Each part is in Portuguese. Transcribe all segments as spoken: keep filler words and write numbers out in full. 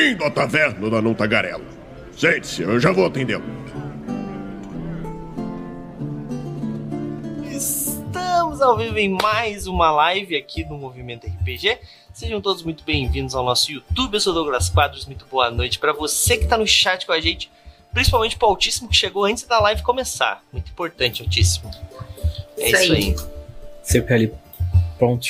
Bem-vindo à taverna da Não Tagarela. Sente-se, eu já vou atendê-lo. Estamos ao vivo em mais uma live aqui do Movimento R P G. Sejam todos muito bem-vindos ao nosso YouTube. Eu sou Douglas Quadros, muito boa noite para você que está no chat com a gente, principalmente para o Altíssimo que chegou antes da live começar. Muito importante, Altíssimo. É isso, isso aí. aí. Sempre ali, pronto.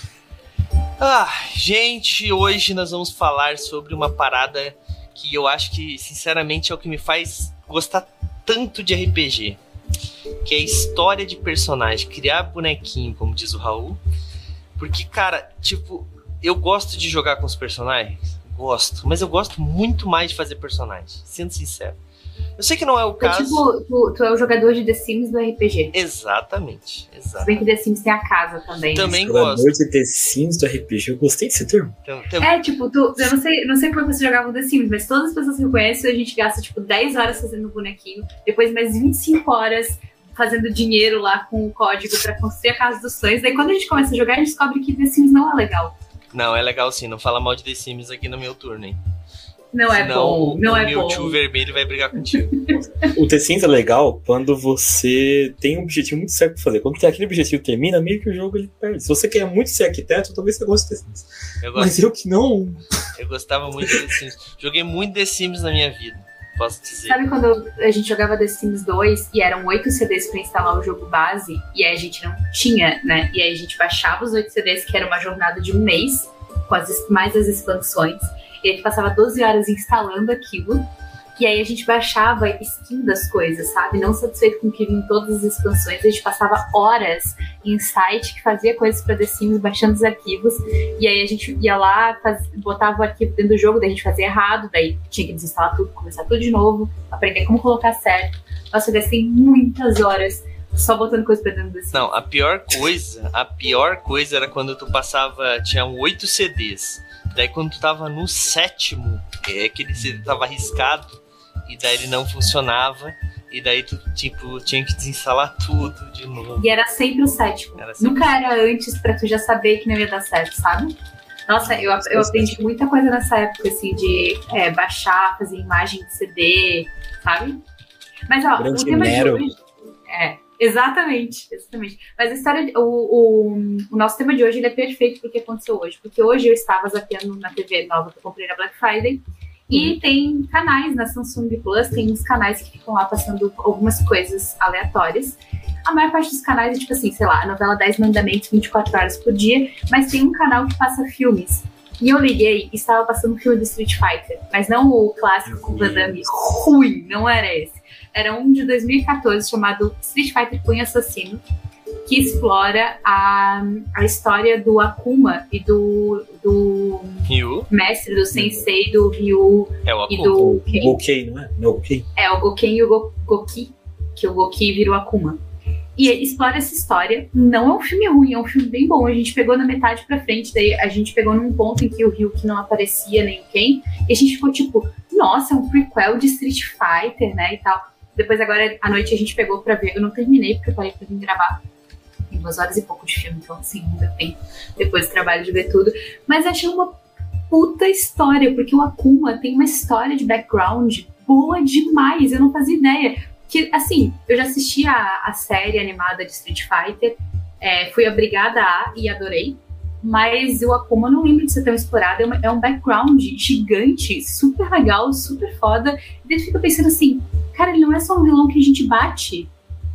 Ah, gente, hoje nós vamos falar sobre uma parada que eu acho que, sinceramente, é o que me faz gostar tanto de R P G, que é a história de personagem, criar bonequinho, como diz o Raul. Porque, cara, tipo, eu gosto de jogar com os personagens, gosto, mas eu gosto muito mais de fazer personagens, sendo sincero. Eu sei que não é o caso. É tipo, tu, tu é o jogador de The Sims do R P G. Exatamente, exatamente. Se bem que The Sims tem a casa também. Também jogador gosto. de The Sims do R P G, eu gostei desse termo. Tem, tem... É, tipo, tu, eu não sei, não sei como você jogava The Sims, mas todas as pessoas que eu conheço, a gente gasta, tipo, dez horas fazendo o bonequinho, depois mais vinte e cinco horas fazendo dinheiro lá com o código pra construir a casa dos sonhos. Daí quando a gente começa a jogar, a gente descobre que The Sims não é legal. Não, é legal sim, não fala mal de The Sims aqui no meu turno, hein? Não é Senão, bom, não o é Mewtwo bom. O Mewtwo vermelho vai brigar contigo. O The Sims é legal quando você tem um objetivo muito certo pra fazer. Quando tem aquele objetivo termina, meio que o jogo ele perde. Se você quer muito ser arquiteto, talvez você goste de The Sims. Eu gosto, Mas eu que não... Eu gostava muito de The Sims. Joguei muito The Sims na minha vida, posso dizer. Sabe quando a gente jogava The Sims dois e eram oito C Ds pra instalar o jogo base e aí a gente não tinha, né? E aí a gente baixava os oito C Ds, que era uma jornada de um mês, com as, mais as expansões. E a gente passava doze horas instalando aquilo. E aí a gente baixava skin das coisas, sabe? Não satisfeito com o que vinha em todas as expansões. A gente passava horas em site que fazia coisas pra The Sims, baixando os arquivos. E aí a gente ia lá, faz, botava o arquivo dentro do jogo, daí a gente fazia errado, daí tinha que desinstalar tudo, começar tudo de novo, aprender como colocar certo. Nossa, eu gastei muitas horas só botando coisa pra dentro do The Sims. Não, a pior coisa, a pior coisa era quando tu passava, tinha oito C Ds. Daí quando tu tava no sétimo, é, aquele C D tava arriscado, e daí ele não funcionava, e daí tu, tipo, tinha que desinstalar tudo de novo. E era sempre o sétimo. Era sempre Nunca era antes pra tu já saber que não ia dar certo, sabe? Nossa, eu, eu aprendi muita coisa nessa época, assim, de é, baixar, fazer imagem de C D, sabe? Mas, ó, Grande o tema mero. de hoje... É, exatamente, exatamente. Mas a história, o, o, o nosso tema de hoje, ele é perfeito porque aconteceu hoje. Porque hoje eu estava zapeando na T V nova que eu comprei na Black Friday. E tem canais na Samsung Plus, tem uns canais que ficam lá passando algumas coisas aleatórias. A maior parte dos canais é tipo assim, sei lá, a novela dez Mandamentos, vinte e quatro horas por dia, mas tem um canal que passa filmes. E eu liguei e estava passando um filme do Street Fighter, mas não o clássico com Van Damme ruim, não era esse. Era um de dois mil e quatorze chamado Street Fighter Cunha Assassino, que explora a, a história do Akuma e do, do Ryu? mestre, do sensei, do Ryu É o e Akuma. do O Gokei, não é? Não é o Gokei? É, o Goken e o Go- Goki, que o Goki vira o Akuma. E explora essa história. Não é um filme ruim, é um filme bem bom. A gente pegou na metade pra frente, daí a gente pegou num ponto em que o Ryu que não aparecia nem o Ken, e a gente ficou tipo, nossa, é um prequel de Street Fighter, né, e tal. Depois agora, à noite, a gente pegou pra ver. Eu não terminei, porque eu parei pra vir gravar. Tem duas horas e pouco de filme, então assim, não deu tempo depois do trabalho de ver tudo. Mas achei uma puta história, porque o Akuma tem uma história de background boa demais. Eu não fazia ideia. Que, assim, eu já assisti a, a série animada de Street Fighter, é, fui obrigada a e adorei. Mas o Akuma eu não lembro de ser tão explorado. É, uma, é um background gigante, super legal, super foda. E daí tu fica pensando assim, cara, ele não é só um vilão que a gente bate,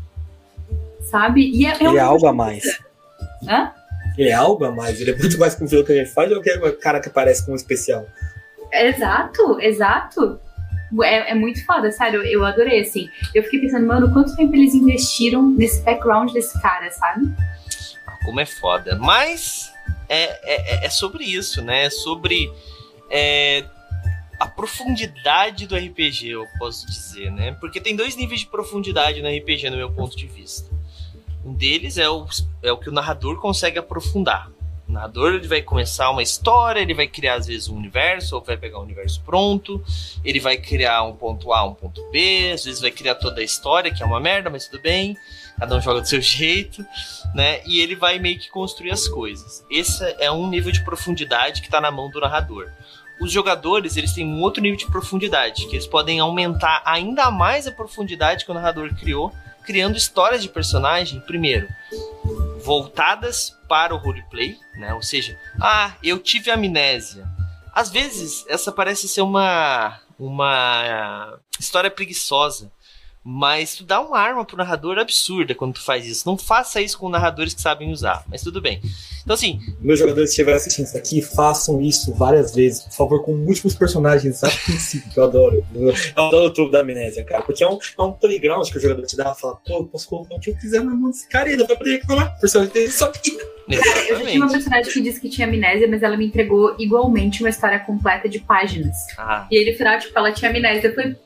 sabe? E é, é Ele é algo a coisa. mais. Hã? Ele é algo a mais. Ele é muito mais que um vilão que a gente faz ou que é o cara que aparece com um especial? Exato, exato. É, é muito foda, sério, eu adorei, assim. Eu fiquei pensando, mano, quanto tempo eles investiram nesse background desse cara, sabe? Como é foda. Mas é, é, é sobre isso, né? É sobre é, a profundidade do R P G, eu posso dizer, né? Porque tem dois níveis de profundidade no R P G, no meu ponto de vista. Um deles é o, é o que o narrador consegue aprofundar. O narrador ele vai começar uma história, ele vai criar às vezes um universo, ou vai pegar um universo pronto, ele vai criar um ponto A, um ponto B, às vezes vai criar toda a história, que é uma merda, mas tudo bem, cada um joga do seu jeito, né? E ele vai meio que construir as coisas. Esse é um nível de profundidade que está na mão do narrador. os jogadores, eles têm um outro nível de profundidade, que eles podem aumentar ainda mais a profundidade que o narrador criou, criando histórias de personagem, primeiro, voltadas para o roleplay, né? Ou seja, ah, eu tive amnésia. Às vezes, essa parece ser uma, uma história preguiçosa, mas tu dá uma arma pro narrador absurda quando tu faz isso. Não faça isso com narradores que sabem usar, mas tudo bem. Então, assim... Meus jogadores que estiverem assistindo isso aqui, façam isso várias vezes, por favor, com múltiplos personagens a princípio, que eu adoro. Eu adoro o truque da amnésia, cara, porque é um, é um playground que o jogador te dá, fala, pô, eu posso colocar o que eu quiser na mão desse cara, ele vai poder falar, o personagem tem isso aqui. Cara, eu já tinha uma personagem que disse que tinha amnésia, mas ela me entregou igualmente uma história completa de páginas. Ah. E ele final, tipo, ela tinha amnésia. Eu falei,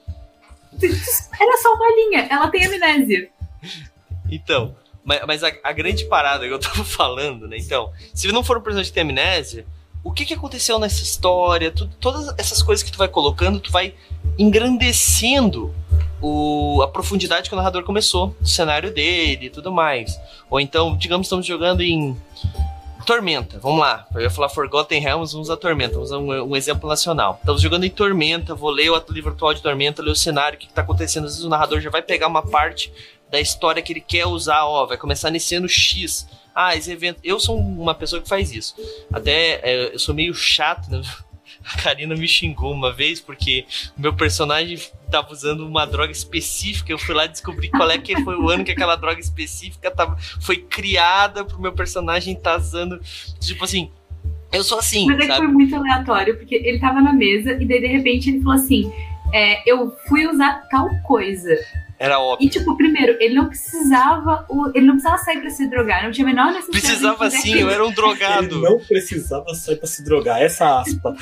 era só uma linha, ela tem amnésia. Então, mas, mas a, a grande parada que eu tava falando, né? Então, se não for um personagem que tem amnésia, o que que aconteceu nessa história? Tu, todas essas coisas que tu vai colocando, tu vai engrandecendo o, a profundidade que o narrador começou, o cenário dele e tudo mais. Ou então, digamos, estamos jogando em Tormenta, vamos lá. Eu ia falar Forgotten Realms, vamos usar Tormenta, vamos usar um, um exemplo nacional. Estamos jogando em Tormenta, vou ler o livro atual de Tormenta, ler o cenário, o que está acontecendo. Às vezes o narrador já vai pegar uma parte da história que ele quer usar, ó, vai começar nesse ano X. Ah, esse evento... Eu sou uma pessoa que faz isso. Até, é, eu sou meio chato, né? A Karina me xingou uma vez porque o meu personagem estava usando uma droga específica. Eu fui lá descobrir qual é que foi o ano que aquela droga específica tava, foi criada pro meu personagem estar tá usando. Tipo assim, eu sou assim. Mas é que foi muito aleatório, porque ele tava na mesa e daí de repente ele falou assim: é, eu fui usar tal coisa. Era óbvio. E, tipo, primeiro, ele não precisava ele não precisava sair pra se drogar, não tinha a menor necessidade. Precisava sim, aquilo. Eu era um drogado. Ele não precisava sair pra se drogar, essa aspa.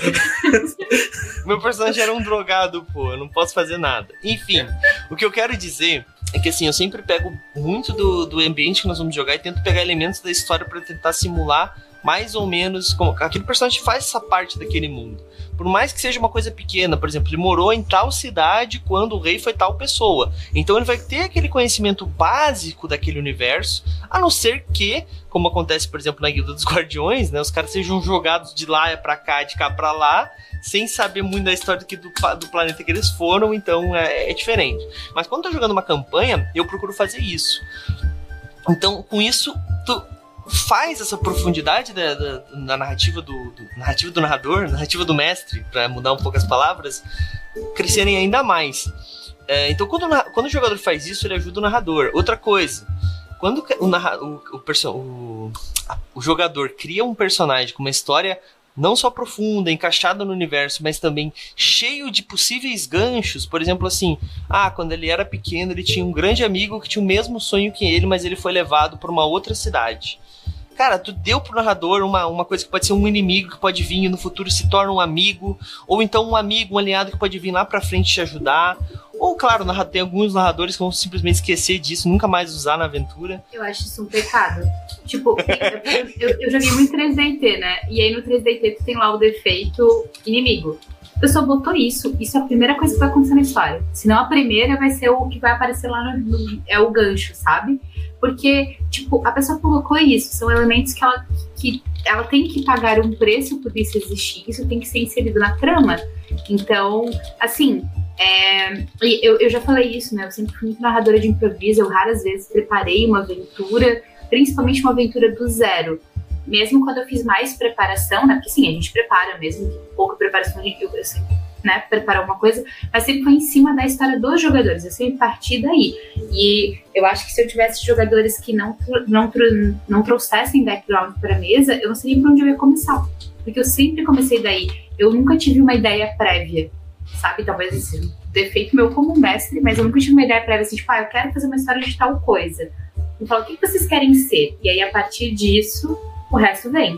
Meu personagem era um drogado, pô, eu não posso fazer nada. Enfim, o que eu quero dizer é que, assim, eu sempre pego muito do, do ambiente que nós vamos jogar e tento pegar elementos da história pra tentar simular mais ou menos como aquele personagem faz essa parte daquele mundo. Por mais que seja uma coisa pequena, por exemplo, ele morou em tal cidade quando o rei foi tal pessoa. Então ele vai ter aquele conhecimento básico daquele universo, a não ser que, como acontece, por exemplo, na Guilda dos Guardiões, né, os caras sejam jogados de lá pra cá, de cá pra lá, sem saber muito da história do, que do, do planeta que eles foram, então é, é diferente. Mas quando eu tô jogando uma campanha, eu procuro fazer isso. Então, com isso, tu faz essa profundidade da, da, da narrativa, do, do, narrativa do narrador, narrativa do mestre, para mudar um pouco as palavras, crescerem ainda mais. É, então, quando o, quando o jogador faz isso, ele ajuda o narrador. Outra coisa, quando o, narra, o, o, o, o jogador cria um personagem com uma história não só profunda, encaixada no universo, mas também cheio de possíveis ganchos. Por exemplo, assim, ah, quando ele era pequeno, ele tinha um grande amigo que tinha o mesmo sonho que ele, mas ele foi levado para uma outra cidade. Cara, tu deu pro narrador uma, uma coisa que pode ser um inimigo que pode vir e no futuro se torna um amigo, ou então um amigo, um aliado que pode vir lá pra frente te ajudar. Ou, claro, tem alguns narradores que vão simplesmente esquecer disso, nunca mais usar na aventura. Eu acho isso um pecado. Tipo, eu, eu joguei muito três D T, né? E aí no três D T tu tem lá o defeito inimigo. A pessoa botou isso, isso é a primeira coisa que vai acontecer na história. Senão a primeira vai ser o que vai aparecer lá no, no é o gancho, sabe? Porque, tipo, a pessoa colocou isso, são elementos que ela, que ela tem que pagar um preço por isso existir, isso tem que ser inserido na trama. Então, assim, é, eu, eu já falei isso, né? Eu sempre fui muito narradora de improviso, eu raras vezes preparei uma aventura, principalmente uma aventura do zero. Mesmo quando eu fiz mais preparação, né? Porque sim, a gente prepara mesmo, pouca preparação, a gente, eu, eu sempre, né, preparar uma coisa, mas sempre foi em cima da história dos jogadores, eu sempre parti daí. E eu acho que se eu tivesse jogadores que não, não, não trouxessem background para a mesa, eu não sabia por onde eu ia começar. Porque eu sempre comecei daí. Eu nunca tive uma ideia prévia, sabe? Talvez esse seja um defeito meu como mestre, mas eu nunca tive uma ideia prévia assim, tipo, ah, eu quero fazer uma história de tal coisa. Eu falo, o que vocês querem ser? E aí, a partir disso, o resto vem.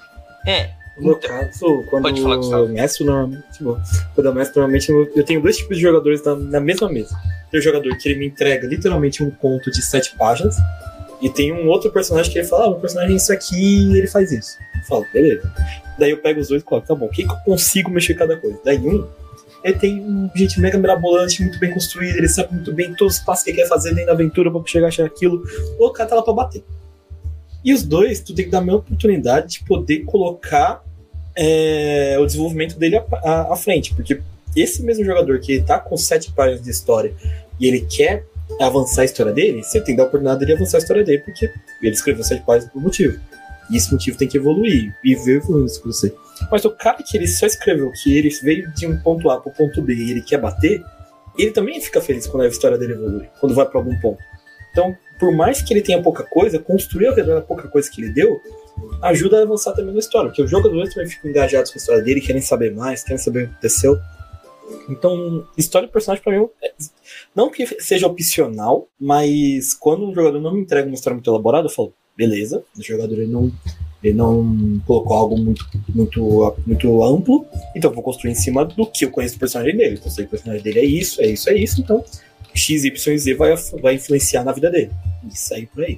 É. No meu caso, quando eu mestre, normalmente, tipo, quando eu mestre, normalmente eu, eu tenho dois tipos de jogadores na, na mesma mesa. Tem o jogador que ele me entrega literalmente um conto de sete páginas, e tem um outro personagem que ele fala, ah, o personagem é isso aqui e ele faz isso. Eu falo, beleza. Daí eu pego os dois e coloco, tá bom, o que, que eu consigo mexer em cada coisa? Daí um, ele tem um gente mega mirabolante, muito bem construído, ele sabe muito bem todos os passos que ele quer fazer dentro da aventura pra chegar a achar aquilo. O cara tá lá pra bater. E os dois, tu tem que dar a mesma oportunidade de poder colocar é, o desenvolvimento dele à, à, à frente, porque esse mesmo jogador que tá com sete páginas de história e ele quer avançar a história dele, você tem que dar a oportunidade de avançar a história dele, porque ele escreveu sete páginas por motivo. E esse motivo tem que evoluir, e ver evoluindo isso com você. Mas o cara que ele só escreveu que ele veio de um ponto A para o ponto B e ele quer bater, ele também fica feliz quando a história dele evolui, quando vai para algum ponto. Então, por mais que ele tenha pouca coisa, construir ao redor da pouca coisa que ele deu, ajuda a avançar também na história, porque os jogadores também ficam engajados com a história dele, querem saber mais, querem saber o que aconteceu. Então, história de personagem pra mim, não que seja opcional, mas quando um jogador não me entrega uma história muito elaborada, eu falo, beleza, o jogador ele não, ele não colocou algo muito, muito, muito amplo, então eu vou construir em cima do que eu conheço do personagem dele. Então, eu sei que o personagem dele é isso, é isso, é isso, então X, Y e Z vai, vai influenciar na vida dele. Isso aí por aí.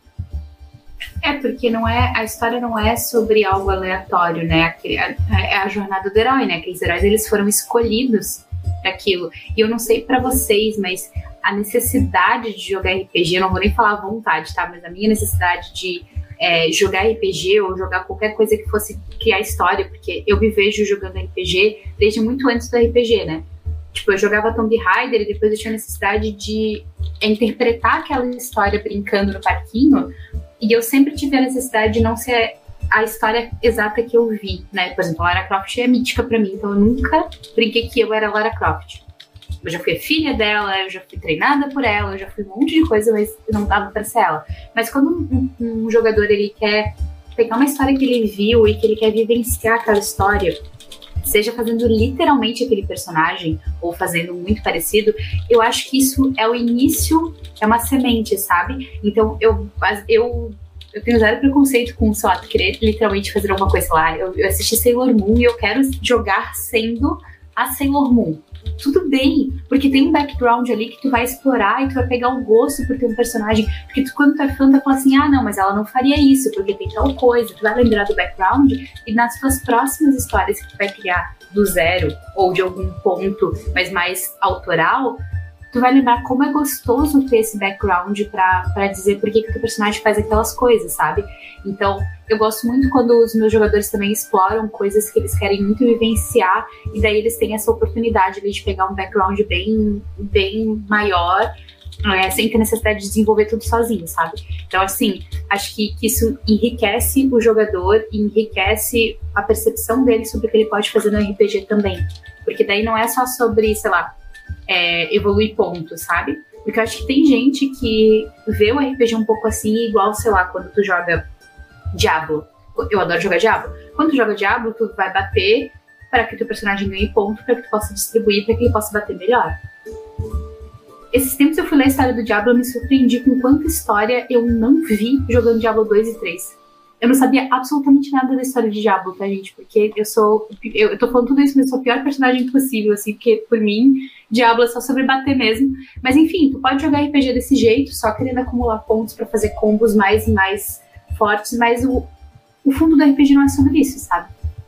É, porque não é, a história não é sobre algo aleatório, né? É a jornada do herói, né? Aqueles heróis, eles foram escolhidos para aquilo. E eu não sei para vocês, mas a necessidade de jogar R P G, eu não vou nem falar à vontade, tá? Mas a minha necessidade de é, jogar R P G ou jogar qualquer coisa que fosse criar história, porque eu me vejo jogando R P G desde muito antes do R P G, né? Tipo, eu jogava Tomb Raider e depois eu tinha necessidade de interpretar aquela história brincando no parquinho. E eu sempre tive a necessidade de não ser a história exata que eu vi, né? Por exemplo, a Lara Croft é mítica pra mim, então eu nunca brinquei que eu era Lara Croft. Eu já fui filha dela, eu já fui treinada por ela, eu já fui um monte de coisa, mas eu não dava pra ser ela. Mas quando um, um, um jogador, ele quer pegar uma história que ele viu e que ele quer vivenciar aquela história, seja fazendo literalmente aquele personagem ou fazendo muito parecido, eu acho que isso é o início, é uma semente, sabe? Então eu, eu, eu tenho zero preconceito com, sei lá, querer literalmente fazer alguma coisa lá. Eu, eu assisti Sailor Moon e eu quero jogar sendo a Sailor Moon. Tudo bem, porque tem um background ali que tu vai explorar e tu vai pegar um gosto por ter um personagem, porque tu, quando tu é fã, tu vai falar assim, ah não, mas ela não faria isso, porque tem tal coisa, tu vai lembrar do background e nas tuas próximas histórias que tu vai criar do zero ou de algum ponto, mas mais autoral, tu vai lembrar como é gostoso ter esse background pra, pra dizer por que que o teu personagem faz aquelas coisas, sabe? Então, eu gosto muito quando os meus jogadores também exploram coisas que eles querem muito vivenciar e daí eles têm essa oportunidade de pegar um background bem, bem maior, é, sem ter necessidade de desenvolver tudo sozinho, sabe? Então, assim, acho que, que isso enriquece o jogador e enriquece a percepção dele sobre o que ele pode fazer no R P G também. Porque daí não é só sobre, sei lá, É, evoluir pontos, sabe? Porque eu acho que tem gente que vê o R P G um pouco assim, igual, sei lá, quando tu joga Diablo. Eu adoro jogar Diablo. Quando tu joga Diablo, tu vai bater para que o teu personagem ganhe ponto, para que tu possa distribuir, para que ele possa bater melhor. Esses tempos eu fui ler a história do Diablo e me surpreendi com quanta história eu não vi jogando Diablo dois e três. Eu não sabia absolutamente nada da história de Diablo, tá, gente? Porque eu sou... Eu, eu tô falando tudo isso, mas eu sou o pior personagem possível, assim, porque, por mim, Diablo é só sobre bater mesmo. Mas, enfim, tu pode jogar R P G desse jeito, só querendo acumular pontos pra fazer combos mais e mais fortes, mas o, o fundo do R P G não é sobre isso, sabe?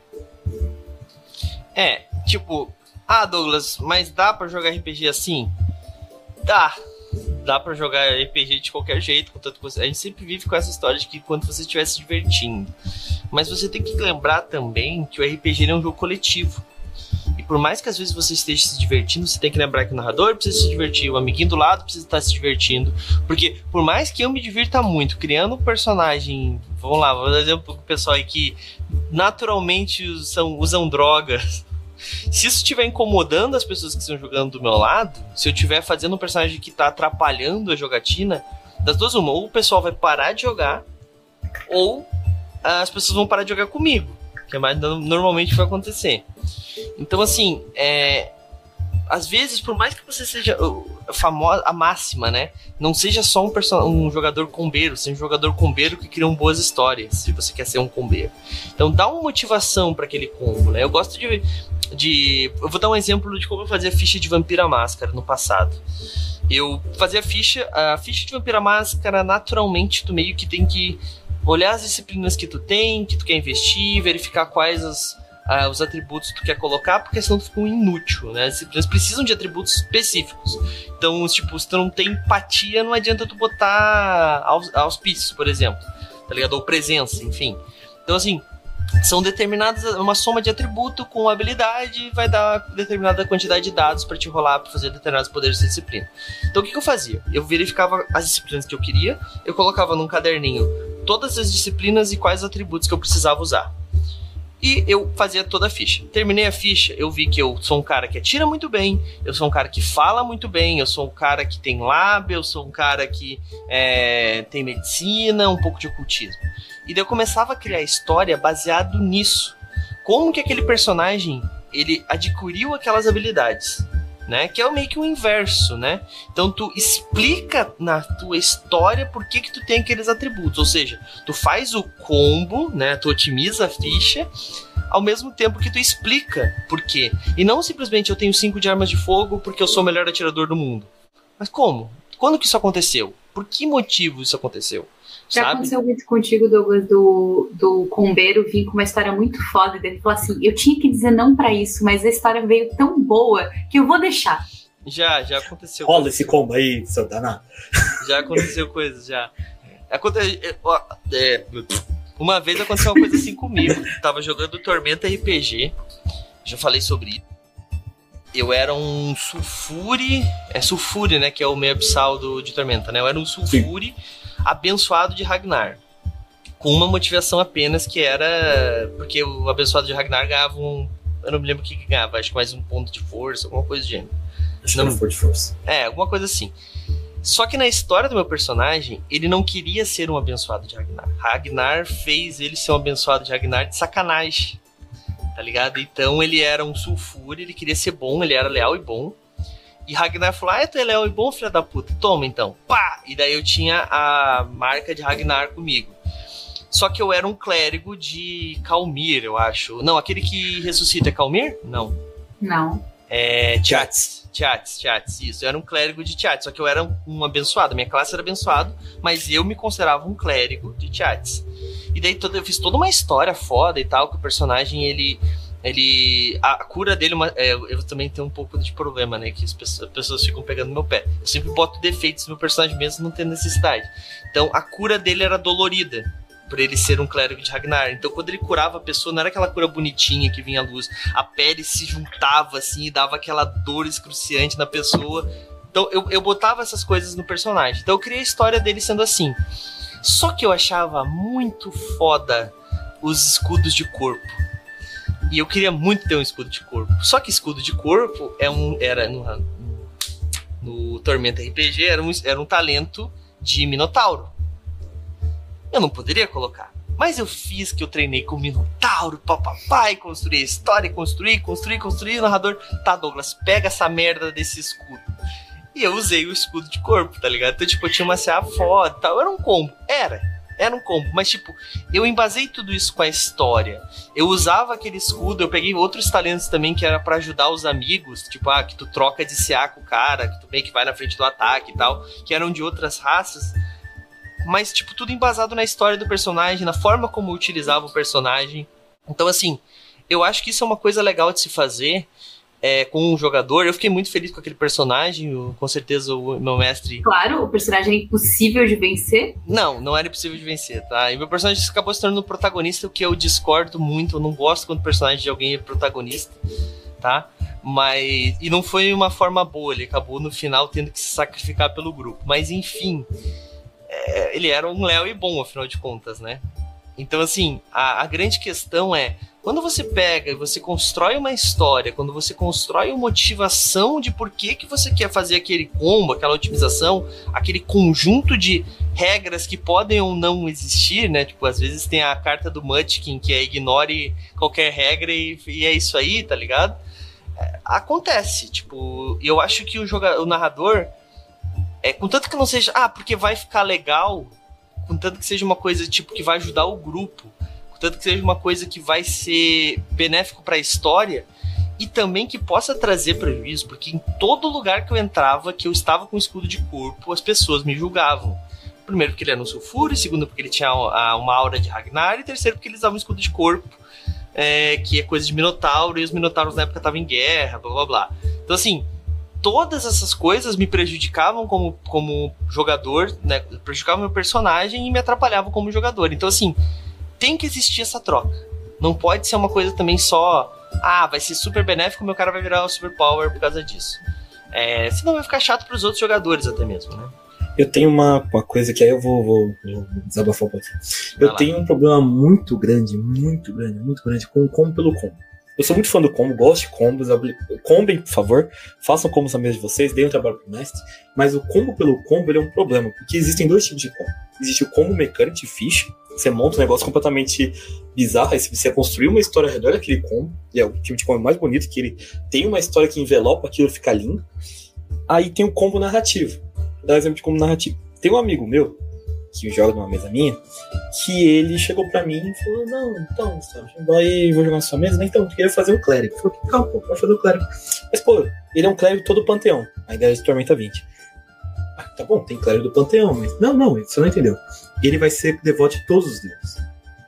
É, tipo... Ah, Douglas, mas dá pra jogar R P G assim? Dá. Dá pra jogar R P G de qualquer jeito, contanto que você... A gente sempre vive com essa história de que quando você estiver se divertindo. Mas você tem que lembrar também que o R P G é um jogo coletivo. E por mais que às vezes você esteja se divertindo, você tem que lembrar que o narrador precisa se divertir, o amiguinho do lado precisa estar se divertindo. Porque por mais que eu me divirta muito criando um personagem... Vamos lá, vou dar exemplo pro pessoal aí que naturalmente usam, usam drogas. Se isso estiver incomodando as pessoas que estão jogando do meu lado, se eu estiver fazendo um personagem que está atrapalhando a jogatina, das duas uma, ou o pessoal vai parar de jogar, ou as pessoas vão parar de jogar comigo, que é mais normalmente vai acontecer. Então assim, é, às vezes, por mais que você seja a famosa, a máxima, né, não seja só um, person- um jogador combeiro, seja um jogador combeiro que cria boas histórias, se você quer ser um combeiro. Então dá uma motivação para aquele combo, né? Eu gosto de De, eu vou dar um exemplo de como eu fazia ficha de Vampira Máscara no passado. Eu fazia ficha, a ficha de Vampira Máscara, naturalmente tu meio que tem que olhar as disciplinas que tu tem, que tu quer investir, verificar quais as, uh, os atributos que tu quer colocar, porque senão tu fica um inútil, né? As disciplinas precisam de atributos específicos. Então, tipo, se tu não tem empatia, não adianta tu botar aus, auspícios, por exemplo, tá ligado? Ou presença, enfim. Então, assim, são determinadas, uma soma de atributo com habilidade vai dar determinada quantidade de dados para te rolar para fazer determinados poderes de disciplina. Então o que, que eu fazia? Eu verificava as disciplinas que eu queria, eu colocava num caderninho todas as disciplinas e quais atributos que eu precisava usar. E eu fazia toda a ficha. Terminei a ficha, eu vi que eu sou um cara que atira muito bem, eu sou um cara que fala muito bem, eu sou um cara que tem lábia, eu sou um cara que é, tem medicina, um pouco de ocultismo. E daí eu começava a criar história baseado nisso. Como que aquele personagem, ele adquiriu aquelas habilidades, né? Que é meio que o inverso, né? Então tu explica na tua história por que que tu tem aqueles atributos. Ou seja, tu faz o combo, né? Tu otimiza a ficha, ao mesmo tempo que tu explica por quê. E não simplesmente eu tenho cinco de armas de fogo porque eu sou o melhor atirador do mundo. Mas como? Quando que isso aconteceu? Por que motivo isso aconteceu? Já Sabe? aconteceu muito contigo, Douglas, do, do combeiro vir com uma história muito foda dele falar assim, eu tinha que dizer não pra isso, mas a história veio tão boa que eu vou deixar. Já, já aconteceu. Rola esse combo aí, seu danado. Já aconteceu coisas, já. Aconte... É, uma vez aconteceu uma coisa assim comigo. Tava jogando Tormenta R P G. Já falei sobre isso. Eu era um Sulfure. É Sulfure, né? Que é o meio abissal do, de Tormenta, né? Eu era um Sulfure abençoado de Ragnar. Com uma motivação apenas que era. Porque o abençoado de Ragnar ganhava um. Eu não me lembro o que ganhava, acho que mais um ponto de força, alguma coisa do gênero. Acho não, que não de força. É, alguma coisa assim. Só que na história do meu personagem, ele não queria ser um abençoado de Ragnar. Ragnar fez ele ser um abençoado de Ragnar de sacanagem. Tá ligado? Então ele era um Sulfure, ele queria ser bom, ele era leal e bom. E Ragnar falou, ah, tu é leal e bom, filha da puta? Toma então. Pá! E daí eu tinha a marca de Ragnar comigo. Só que eu era um clérigo de Calmir, eu acho. Não, aquele que ressuscita é Calmir? Não. Não. É... Tiats. Tiats, Tiats, isso. Eu era um clérigo de Tiats, só que eu era um, um abençoado. Minha classe era abençoado, mas eu me considerava um clérigo de Tiats. E daí todo, eu fiz toda uma história foda e tal, que o personagem, ele... ele a cura dele, uma, é, eu também tenho um pouco de problema, né? Que as pessoas, as pessoas ficam pegando no meu pé. Eu sempre boto defeitos no meu personagem mesmo, não tendo necessidade. Então, a cura dele era dolorida, por ele ser um clérigo de Ragnar. Então, quando ele curava a pessoa, não era aquela cura bonitinha que vinha à luz. A pele se juntava, assim, e dava aquela dor excruciante na pessoa. Então, eu, eu botava essas coisas no personagem. Então, eu criei a história dele sendo assim. Só que eu achava muito foda os escudos de corpo. E eu queria muito ter um escudo de corpo. Só que escudo de corpo é um, era no, no, no Tormenta R P G era um, era um talento de Minotauro. Eu não poderia colocar. Mas eu fiz que eu treinei com o Minotauro, papai, construí a história, construí, construí, construí, o narrador. Tá, Douglas, pega essa merda desse escudo. E eu usei o escudo de corpo, tá ligado? Então, tipo, eu tinha uma C A foda e tal. Era um combo. Era. Era um combo. Mas, tipo, eu embasei tudo isso com a história. Eu usava aquele escudo. Eu peguei outros talentos também que era pra ajudar os amigos. Tipo, ah, que tu troca de C A com o cara. Que tu meio que vai na frente do ataque e tal. Que eram de outras raças. Mas, tipo, tudo embasado na história do personagem. Na forma como eu utilizava o personagem. Então, assim, eu acho que isso é uma coisa legal de se fazer. É, com um jogador, eu fiquei muito feliz com aquele personagem, eu, com certeza o meu mestre... Claro, o personagem é impossível de vencer. Não, não era impossível de vencer, tá? E meu personagem acabou se tornando protagonista, o que eu discordo muito, eu não gosto quando o personagem de alguém é protagonista, tá? Mas... E não foi uma forma boa, ele acabou no final tendo que se sacrificar pelo grupo. Mas enfim, é, ele era um leal e bom, afinal de contas, né? Então, assim, a, a grande questão é, quando você pega e você constrói uma história, quando você constrói uma motivação de por que, que você quer fazer aquele combo, aquela otimização, aquele conjunto de regras que podem ou não existir, né? Tipo, às vezes tem a carta do Munchkin, que é ignore qualquer regra e, e é isso aí, tá ligado? É, acontece, tipo, eu acho que o, jogador, o narrador, é, contanto que não seja, ah, porque vai ficar legal... contanto que seja uma coisa tipo que vai ajudar o grupo, contanto que seja uma coisa que vai ser benéfico para a história e também que possa trazer prejuízo, porque em todo lugar que eu entrava, que eu estava com escudo de corpo, as pessoas me julgavam. Primeiro porque ele era um Sulfure, segundo porque ele tinha uma aura de Ragnar, e terceiro porque eles usavam um escudo de corpo, é, que é coisa de Minotauro, e os Minotauros na época estavam em guerra, blá blá blá. Então assim, todas essas coisas me prejudicavam como, como jogador, né? Prejudicavam meu personagem e me atrapalhavam como jogador. Então, assim, tem que existir essa troca. Não pode ser uma coisa também só, ah, vai ser super benéfico, meu cara vai virar o super power por causa disso. É, senão vai ficar chato pros outros jogadores até mesmo, né? Eu tenho uma, uma coisa que aí eu vou, vou, vou desabafar um pouquinho. Eu Vai tenho lá. um problema muito grande, muito grande, muito grande com o combo pelo combo. Eu sou muito fã do combo, gosto de combos. Combem, por favor. Façam combos na mesa de vocês, deem um trabalho pro mestre. Mas o combo pelo combo ele é um problema, porque existem dois tipos de combo. Existe o combo mecânico de ficha. Você monta um negócio completamente bizarro, aí você precisa construir uma história ao redor daquele combo. E é o tipo de combo mais bonito, que ele tem uma história que envelopa aquilo, fica lindo. Aí tem o combo narrativo. Vou dar um exemplo de combo narrativo. Tem um amigo meu, que joga numa mesa minha, que ele chegou pra mim e falou, não, então, Gustavo, vai, vou jogar na sua mesa? Então, eu queria fazer um clérigo. Eu falei, calma, pô, vai fazer um clérigo. Mas, pô, ele é um clérigo todo panteão, a ideia de Tormenta vinte. Ah, tá bom, tem clérigo do panteão, mas... Não, não, você não entendeu. Ele vai ser devoto de todos os deuses.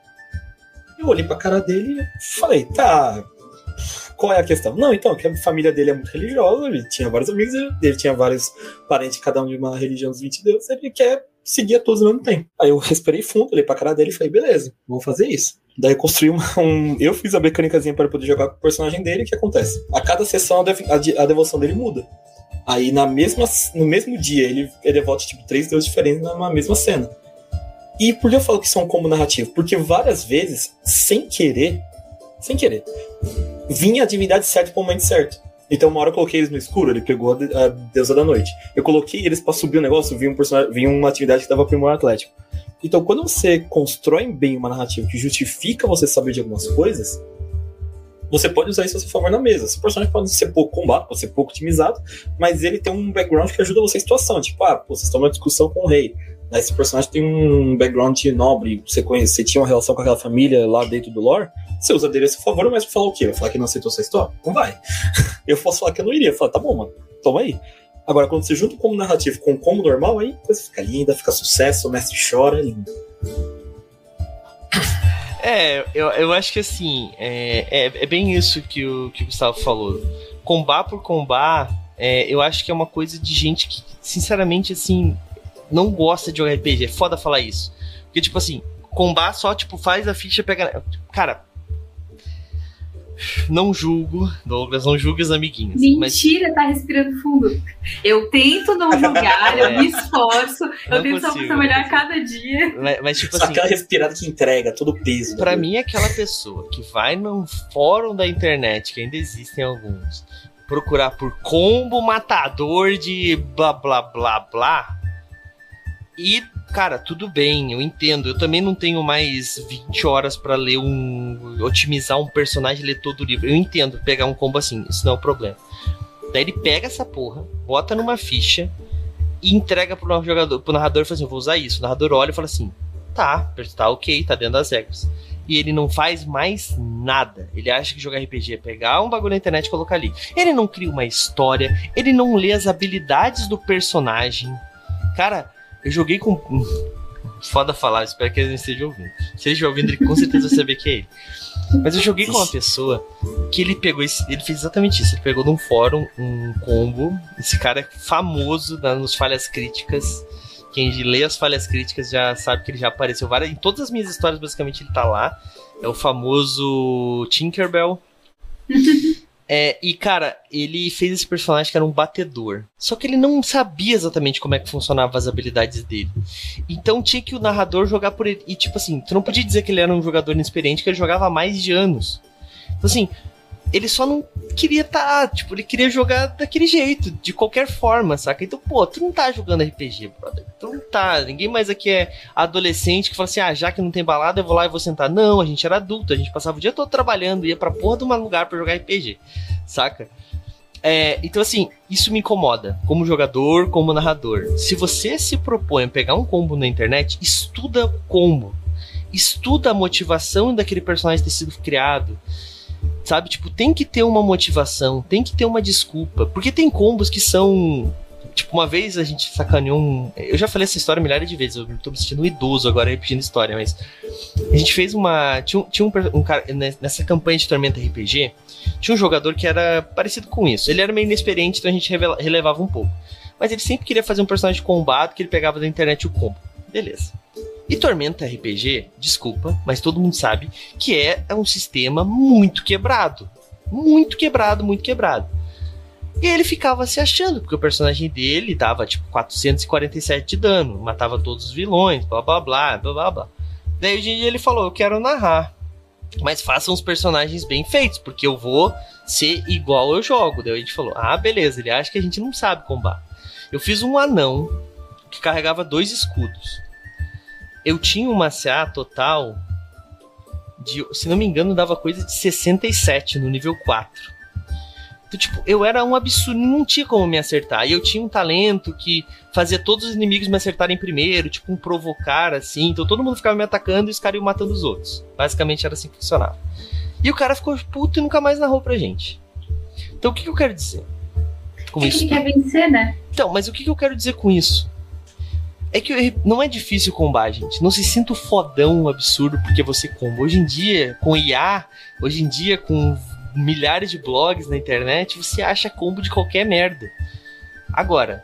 Eu olhei pra cara dele e falei, tá... Qual é a questão? Não, então, que a família dele é muito religiosa, ele tinha vários amigos, ele tinha vários parentes, cada um de uma religião dos vinte deuses, ele quer seguir a todos ao mesmo tempo. Aí eu respirei fundo, olhei pra cara dele e falei, beleza, vou fazer isso. Daí eu construí uma, um... Eu fiz a mecânicazinha para poder jogar com o personagem dele, e o que acontece? A cada sessão a, dev... a devoção dele muda. Aí na mesma... no mesmo dia ele é devoto de tipo, três deuses diferentes numa mesma cena. E por que eu falo que isso é um combo narrativo? Porque várias vezes, sem querer, sem querer, vinha a divindade certa pro momento certo. Então uma hora eu coloquei eles no escuro, ele pegou a, de- a deusa da noite. Eu coloquei eles pra subir o negócio, vinha, um personagem, vinha uma atividade que dava primor atlético. Então quando você constrói bem uma narrativa que justifica você saber de algumas coisas, você pode usar isso a seu favor na mesa. Seu personagem pode ser pouco combate, pode ser pouco otimizado, mas ele tem um background que ajuda você em situação. Tipo, ah, pô, vocês estão numa discussão com o rei. Aí esse personagem tem um background nobre, você, conhece, você tinha uma relação com aquela família lá dentro do lore, você usa dele a seu favor, mas vai falar o quê? Vai falar que não aceitou essa história? Não vai. Eu posso falar que eu não iria. Falar, tá bom, mano, toma aí. Agora, quando você junta o combo narrativo com o combo normal, aí a coisa fica linda, fica sucesso, o mestre chora, é lindo. É, eu, eu acho que assim, é, é, é bem isso que o, que o Gustavo falou. Combar por combar, é, eu acho que é uma coisa de gente que, sinceramente, assim, não gosta de jogar R P G. É foda falar isso. Porque, tipo assim, combar só, tipo, faz a ficha, pega... Cara, não julgo, Douglas, não julgue os amiguinhos. Mentira, mas... tá respirando fundo. Eu tento não julgar, eu me esforço, não eu tento consigo, ser melhor a cada dia. Mas, mas tipo Só assim... aquela respirada que entrega todo o peso. Pra mim, aquela pessoa que vai num fórum da internet, que ainda existem alguns, procurar por combo matador de blá blá blá blá, e, cara, tudo bem, eu entendo. Eu também não tenho mais vinte horas pra ler um... otimizar um personagem e ler todo o livro. Eu entendo pegar um combo assim, isso não é o problema. Daí ele pega essa porra, bota numa ficha e entrega pro jogador, pro narrador e fala assim, eu vou usar isso. O narrador olha e fala assim, tá, tá ok, tá dentro das regras. E ele não faz mais nada. Ele acha que jogar R P G é pegar um bagulho na internet e colocar ali. Ele não cria uma história, ele não lê as habilidades do personagem. Cara... Eu joguei com... Foda falar, espero que ele não esteja ouvindo. Se ele estiver ouvindo, ele com certeza vai saber que é ele. Mas eu joguei com uma pessoa que ele pegou esse... Ele fez exatamente isso. Ele pegou num fórum um combo. Esse cara é famoso nos falhas críticas. Quem lê as falhas críticas já sabe que ele já apareceu várias... Em todas as minhas histórias, basicamente, ele tá lá. É o famoso Tinkerbell. É, e, cara, ele fez esse personagem que era um batedor. Só que ele não sabia exatamente como é que funcionavam as habilidades dele. Então tinha que o narrador jogar por ele. E, tipo assim, tu não podia dizer que ele era um jogador inexperiente, que ele jogava há mais de anos. Então, assim, ele só não queria tá, tipo, ele queria jogar daquele jeito, de qualquer forma, saca? Então, pô, tu não tá jogando R P G, brother. Tu não tá. Ninguém mais aqui é adolescente que fala assim, ah, já que não tem balada, eu vou lá e vou sentar. Não, a gente era adulto, a gente passava o dia todo trabalhando, ia pra porra de um lugar pra jogar R P G, saca? É, então, assim, isso me incomoda, como jogador, como narrador. Se você se propõe a pegar um combo na internet, estuda o combo. Estuda a motivação daquele personagem ter sido criado. Sabe, tipo, tem que ter uma motivação, tem que ter uma desculpa, porque tem combos que são, tipo, uma vez a gente sacaneou um... Eu já falei essa história milhares de vezes, eu tô me sentindo um idoso agora repetindo história, mas a gente fez uma... Tinha, tinha um, um cara, nessa campanha de Tormenta R P G, tinha um jogador que era parecido com isso, ele era meio inexperiente, então a gente revela, relevava um pouco, mas ele sempre queria fazer um personagem de combate que ele pegava da internet o combo, beleza. E Tormenta R P G, desculpa, mas todo mundo sabe que é, é um sistema muito quebrado. Muito quebrado, muito quebrado. E ele ficava se achando, porque o personagem dele dava tipo quatrocentos e quarenta e sete de dano, matava todos os vilões, blá blá blá, blá blá blá. Daí hoje em dia ele falou, eu quero narrar, mas façam os personagens bem feitos, porque eu vou ser igual eu jogo. Daí a gente falou, ah beleza, ele acha que a gente não sabe combar. Eu fiz um anão que carregava dois escudos. Eu tinha uma C A total de, se não me engano, dava coisa de sessenta e sete no nível quatro. Então, tipo, eu era um absurdo, não tinha como me acertar. E eu tinha um talento que fazia todos os inimigos me acertarem primeiro, tipo um provocar, assim. Então todo mundo ficava me atacando e os caras iam matando os outros. Basicamente era assim que funcionava. E o cara ficou puto e nunca mais narrou pra gente. Então o que, que eu quero dizer com isso? Ele quer vencer, né? Então, mas o que, que eu quero dizer com isso? É que não é difícil combar, gente. Não se sinta fodão, absurdo, porque você comba. Hoje em dia, com I A, hoje em dia, com milhares de blogs na internet, você acha combo de qualquer merda. Agora,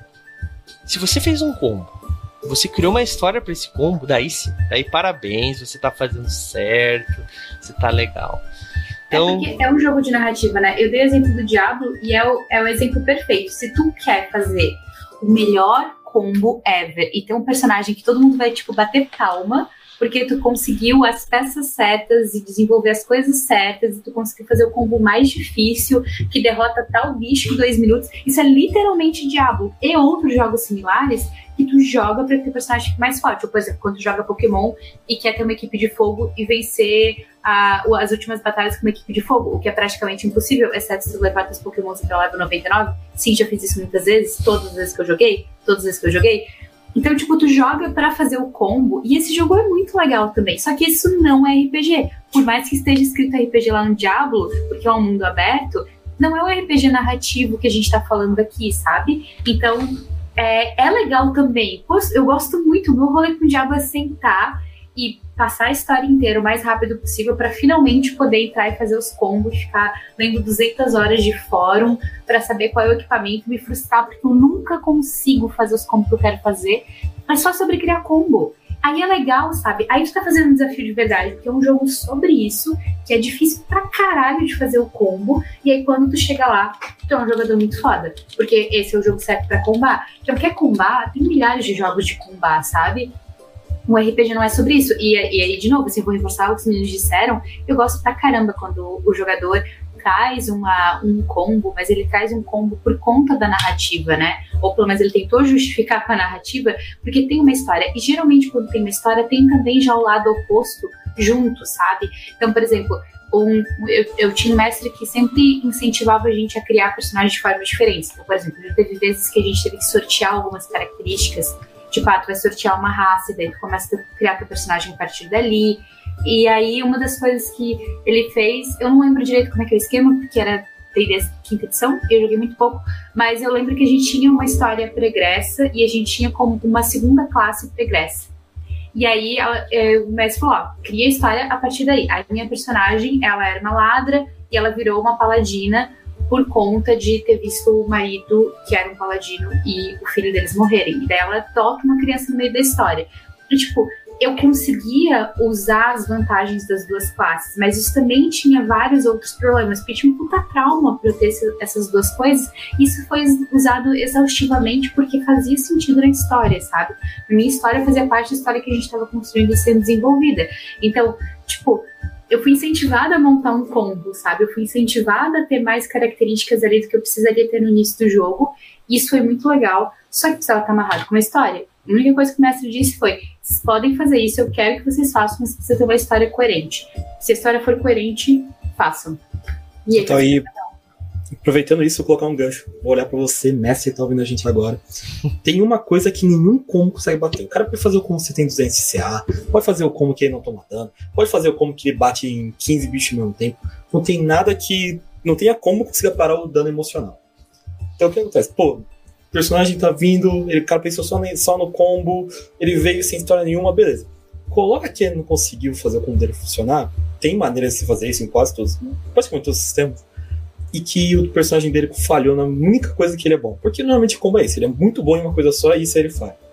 se você fez um combo, você criou uma história pra esse combo, daí sim, daí parabéns, você tá fazendo certo, você tá legal. Então... É porque é um jogo de narrativa, né? Eu dei o exemplo do Diablo e é o, é o exemplo perfeito. Se tu quer fazer o melhor combo ever e ter um personagem que todo mundo vai, tipo, bater palma, porque tu conseguiu as peças certas e desenvolver as coisas certas, e tu conseguiu fazer o combo mais difícil, que derrota tal bicho em dois minutos. Isso é literalmente Diablo e outros jogos similares que tu joga pra ter o personagem mais forte. Ou, por exemplo, quando tu joga Pokémon e quer ter uma equipe de fogo e vencer a, as últimas batalhas com uma equipe de fogo, o que é praticamente impossível, exceto se tu levar teus Pokémons até o level noventa e nove. Sim, já fiz isso muitas vezes, todas as vezes que eu joguei, todas as vezes que eu joguei. Então, tipo, tu joga pra fazer o combo, e esse jogo é muito legal também, só que isso não é R P G. Por mais que esteja escrito R P G lá no Diablo, porque é um mundo aberto, não é o R P G narrativo que a gente tá falando aqui, sabe? Então, é, é legal também. Pô, eu gosto muito, o meu rolê com o Diablo é sentar e passar a história inteira o mais rápido possível para finalmente poder entrar e fazer os combos, ficar lendo duzentas horas de fórum para saber qual é o equipamento, me frustrar porque eu nunca consigo fazer os combos que eu quero fazer, mas só sobre criar combo. Aí é legal, sabe? Aí tu tá fazendo um desafio de verdade, porque é um jogo sobre isso, que é difícil pra caralho de fazer o combo, e aí quando tu chega lá, tu é um jogador muito foda, porque esse é o jogo certo pra combar. Então quer combar, tem milhares de jogos de combar, sabe? O R P G não é sobre isso. E, e aí, de novo, assim, eu vou reforçar o que os meninos disseram. Eu gosto pra caramba quando o jogador traz uma, um combo, mas ele traz um combo por conta da narrativa, né? Ou pelo menos ele tentou justificar com a narrativa, porque tem uma história. E geralmente, quando tem uma história, tem também já o lado oposto junto, sabe? Então, por exemplo, um, eu, eu tinha um mestre que sempre incentivava a gente a criar personagens de formas diferentes. Então, por exemplo, já teve vezes que a gente teve que sortear algumas características. Tipo, ah, tu vai sortear uma raça, e daí tu começa a criar teu personagem a partir dali. E aí, uma das coisas que ele fez, eu não lembro direito como é que é o esquema, porque era desde a quinta edição, eu joguei muito pouco, mas eu lembro que a gente tinha uma história pregressa e a gente tinha como uma segunda classe pregressa. E aí, ela, é, o mestre falou, ó, cria a história a partir daí. A minha personagem, ela era uma ladra e ela virou uma paladina por conta de ter visto o marido, que era um paladino, e o filho deles morrerem. E daí ela toca uma criança no meio da história. E, tipo, eu conseguia usar as vantagens das duas classes, mas isso também tinha vários outros problemas, porque tinha um puta trauma pra eu ter essas duas coisas. Isso foi usado exaustivamente porque fazia sentido na história, sabe? A minha história fazia parte da história que a gente estava construindo e sendo desenvolvida. Então, tipo, eu fui incentivada a montar um combo, sabe? Eu fui incentivada a ter mais características ali do que eu precisaria ter no início do jogo. Isso foi muito legal, só que precisava estar amarrado com uma história. A única coisa que o mestre disse foi, vocês podem fazer isso, eu quero que vocês façam, mas precisa ter uma história coerente. Se a história for coerente, façam. E então aí, aproveitando isso, eu vou colocar um gancho. Vou olhar pra você, mestre, que tá ouvindo a gente agora. Tem uma coisa que nenhum combo consegue bater. O cara pode fazer o combo que você tem duzentos C A, pode fazer o combo que ele não toma dano, pode fazer o combo que ele bate em quinze bichos ao mesmo tempo. Não tem nada que... Não tenha como consiga parar o dano emocional. Então o que acontece? Pô, o personagem tá vindo, ele, o cara pensou só, só no combo, ele veio sem história nenhuma, beleza. Coloca que ele não conseguiu fazer o combo dele funcionar, tem maneira de se fazer isso em quase todos, praticamente todos os sistemas, e que o personagem dele falhou na única coisa que ele é bom. Porque normalmente o combo é isso, ele é muito bom em uma coisa só e isso aí ele faz.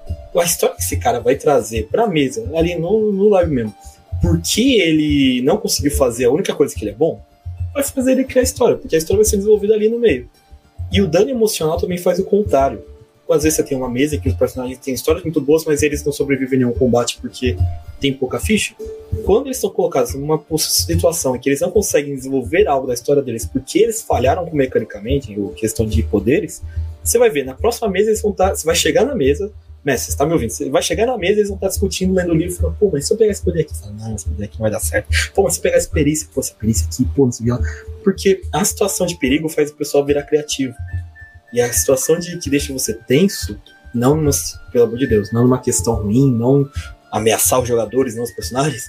a história que esse cara vai trazer pra mesa, ali no, no live mesmo, porque ele não conseguiu fazer a única coisa que ele é bom, vai fazer ele criar a história, porque a história vai ser desenvolvida ali no meio. E o dano emocional também faz o contrário. Às vezes você tem uma mesa que os personagens têm histórias muito boas, mas eles não sobrevivem em nenhum combate porque tem pouca ficha. Quando eles estão colocados numa situação em que eles não conseguem desenvolver algo da história deles porque eles falharam mecanicamente, ou questão de poderes, você vai ver, na próxima mesa eles vão estar. Você vai chegar na mesa, né? Você está me ouvindo? Você vai chegar na mesa e eles vão estar discutindo, lendo o livro, falando, pô, mas se eu pegar esse poder aqui, fala, não, esse poder aqui não vai dar certo. Pô, mas se eu pegar essa perícia, pô, essa perícia aqui, pô, não sei lá. Porque a situação de perigo faz o pessoal virar criativo. E a situação de que deixa você tenso, não, nos, pelo amor de Deus, não numa questão ruim, não ameaçar os jogadores, não os personagens,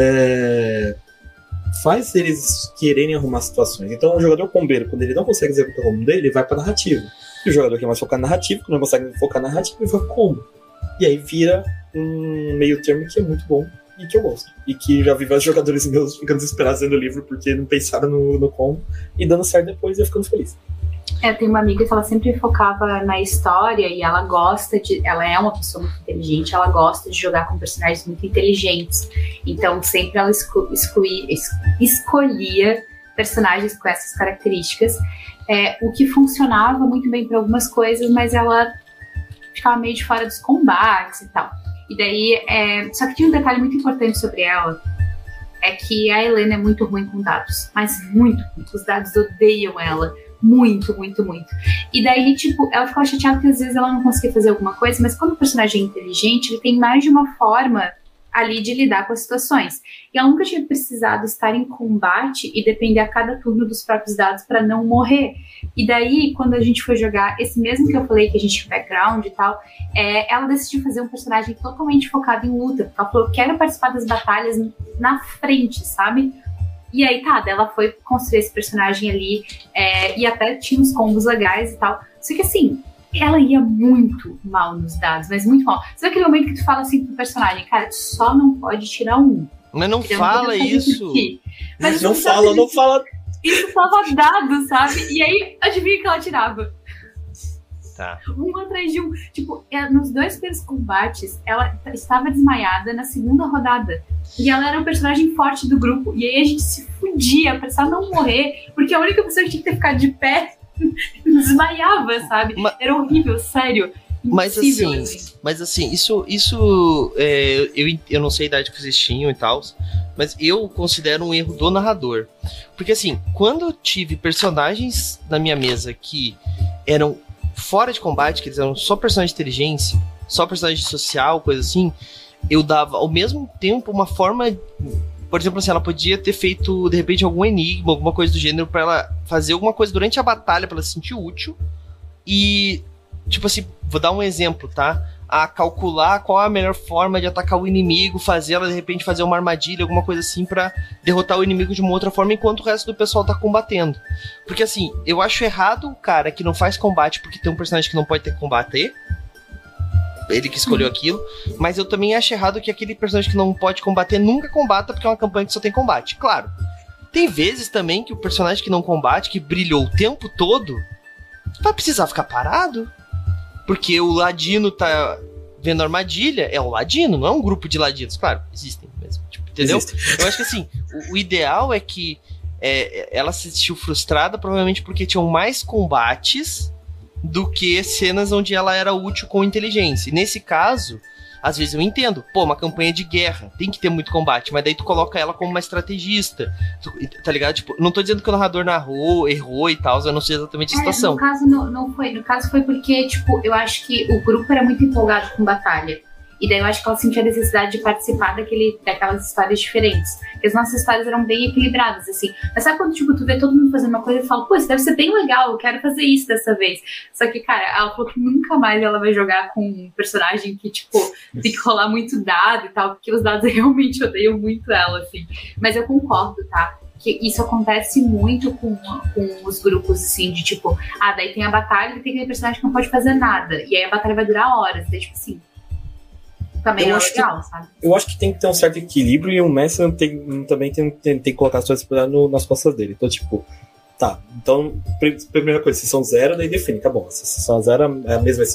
é, faz eles quererem arrumar situações. Então o jogador combeiro, quando ele não consegue executar o combo dele, ele vai pra narrativa. E o jogador que é mais focado na narrativa, quando não consegue focar na narrativa, ele vai combo. E aí vira um meio termo que é muito bom e que eu gosto. E que já vi vários jogadores meus ficando desesperados lendo o livro porque não pensaram no, no combo e dando certo depois e eu ficando feliz. É, tem uma amiga que ela sempre focava na história e ela gosta de... Ela é uma pessoa muito inteligente, ela gosta de jogar com personagens muito inteligentes. Então, sempre ela esco, exclui, es, escolhia personagens com essas características. É, o que funcionava muito bem para algumas coisas, mas ela ficava meio de fora dos combates e tal. E daí... É, só que tinha um detalhe muito importante sobre ela. É que a Helena é muito ruim com dados. Mas muito. Os dados odeiam ela. Muito, muito, muito. E daí, tipo, ela ficava chateada que às vezes ela não conseguia fazer alguma coisa, mas quando o personagem é inteligente, ele tem mais de uma forma ali de lidar com as situações. E ela nunca tinha precisado estar em combate e depender a cada turno dos próprios dados para não morrer. E daí, quando a gente foi jogar esse mesmo que eu falei, que a gente tinha background e tal, é, ela decidiu fazer um personagem totalmente focado em luta. Porque ela falou, quero participar das batalhas na frente, sabe? E aí, tá, ela foi construir esse personagem ali, é, e até tinha uns combos legais e tal. Só que assim, ela ia muito mal nos dados, mas muito mal. Sabe aquele momento que tu fala assim pro personagem, cara, tu só não pode tirar um. Mas não fala isso. Mas não fala, não fala. Isso tava dado, sabe? E aí, adivinha que ela tirava? Tá. Um atrás de um. Tipo, nos dois primeiros combates, ela estava desmaiada na segunda rodada. E ela era o personagem forte do grupo. E aí a gente se fudia pra só não morrer, porque a única pessoa que tinha que ter ficado de pé desmaiava, sabe? Mas, era horrível, sério. Mas assim, assim, mas assim, isso, isso é, eu, eu não sei a idade que vocês tinham e tal, mas eu considero um erro do narrador. Porque assim, quando eu tive personagens na minha mesa que eram fora de combate, que eles eram só personagem de inteligência, só personagem social, coisa assim, eu dava ao mesmo tempo uma forma, por exemplo, assim, ela podia ter feito de repente algum enigma, alguma coisa do gênero pra ela fazer alguma coisa durante a batalha pra ela se sentir útil e, tipo assim, vou dar um exemplo, tá? A calcular qual é a melhor forma de atacar o inimigo, fazer ela de repente fazer uma armadilha, alguma coisa assim pra derrotar o inimigo de uma outra forma enquanto o resto do pessoal tá combatendo. Porque assim, eu acho errado o cara que não faz combate porque tem um personagem que não pode ter que combater, ele que escolheu uhum. aquilo, mas eu também acho errado que aquele personagem que não pode combater nunca combata porque é uma campanha que só tem combate. Claro, tem vezes também que o personagem que não combate, que brilhou o tempo todo, vai precisar ficar parado. Porque o ladino tá vendo armadilha, é o ladino, não é um grupo de ladinos. Claro, existem mesmo, tipo, entendeu? Existe. Eu acho que assim, o, o ideal é que é, ela se sentiu frustrada, provavelmente porque tinham mais combates do que cenas onde ela era útil com inteligência. E nesse caso, às vezes eu entendo, pô, uma campanha de guerra, tem que ter muito combate, mas daí tu coloca ela como uma estrategista, tu, tá ligado? Tipo, não tô dizendo que o narrador narrou, errou e tal, eu não sei exatamente a situação. É, no caso não, não foi, no caso foi porque, tipo, eu acho que o grupo era muito empolgado com batalha. E daí eu acho que ela sentia a necessidade de participar daquele, daquelas histórias diferentes. Porque as nossas histórias eram bem equilibradas, assim. Mas sabe quando, tipo, tu vê todo mundo fazendo uma coisa e fala, pô, isso deve ser bem legal, eu quero fazer isso dessa vez. Só que, cara, ela falou que nunca mais ela vai jogar com um personagem que, tipo, tem que rolar muito dado e tal, porque os dados realmente odeiam muito ela, assim. Mas eu concordo, tá? Que isso acontece muito com, com os grupos, assim, de tipo, ah, daí tem a batalha e tem aquele personagem que não pode fazer nada. E aí a batalha vai durar horas, daí, tipo assim, também eu é acho legal, que, sabe? Eu acho que tem que ter um certo equilíbrio e o mestre tem, também tem, tem, tem que colocar as coisas no, nas costas dele. Então, tipo, tá, então, primeira coisa, se são zero, daí define, tá bom, se são zero, a mesa vai ser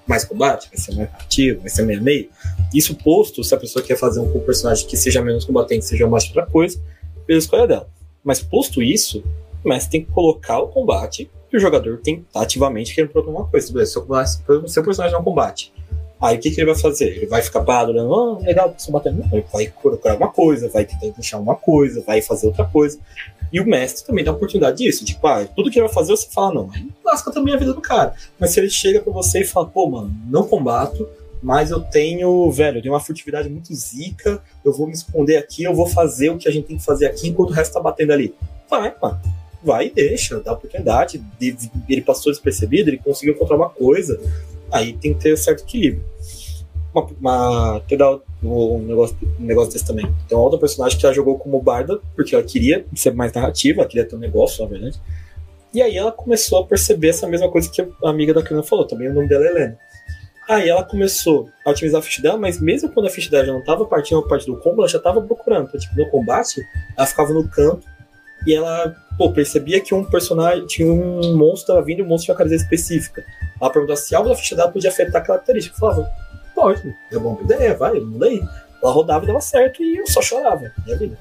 mais combate, vai ser mais ativo, vai ser meio a meio. Isso posto, se a pessoa quer fazer um personagem que seja menos combatente, seja mais outra coisa, pela escolha dela. Mas posto isso, o mestre tem que colocar o combate e o jogador tem que estar ativamente querendo procurar uma coisa. Se seu personagem não combate, aí o que, que ele vai fazer? Ele vai ficar parado olhando, ah, legal, estou batendo. Não, ele vai procurar uma coisa, vai tentar deixar uma coisa, vai fazer outra coisa. E o mestre também dá a oportunidade disso. Tipo, ah, tudo que ele vai fazer, você fala, não. Aí lasca também a vida do cara. Mas se ele chega pra você e fala, pô, mano, não combato, mas eu tenho, velho, eu tenho uma furtividade muito zica, eu vou me esconder aqui, eu vou fazer o que a gente tem que fazer aqui enquanto o resto tá batendo ali. Vai, mano. Vai e deixa, dá oportunidade. Ele passou despercebido, ele conseguiu encontrar uma coisa. Aí tem que ter um certo equilíbrio. Uma, uma, ter um negócio, um negócio desse também. Tem uma outra personagem que ela jogou como barda, porque ela queria ser mais narrativa, ela queria ter um negócio, na verdade. E aí ela começou a perceber essa mesma coisa que a amiga da Karina falou, também o nome dela é Helena. Aí ela começou a otimizar a ficha dela, mas mesmo quando a ficha dela já não estava partindo a parte do combo, ela já estava procurando. Então, tipo, no combate, ela ficava no canto e ela, pô, percebia que um personagem, tinha um monstro tava vindo e o monstro tinha uma característica específica. Ela perguntava se algo da ficha dela podia afetar aquela característica. Eu falava, pode, é uma boa ideia, vai, muda aí. Ela rodava e dava certo e eu só chorava, minha vida.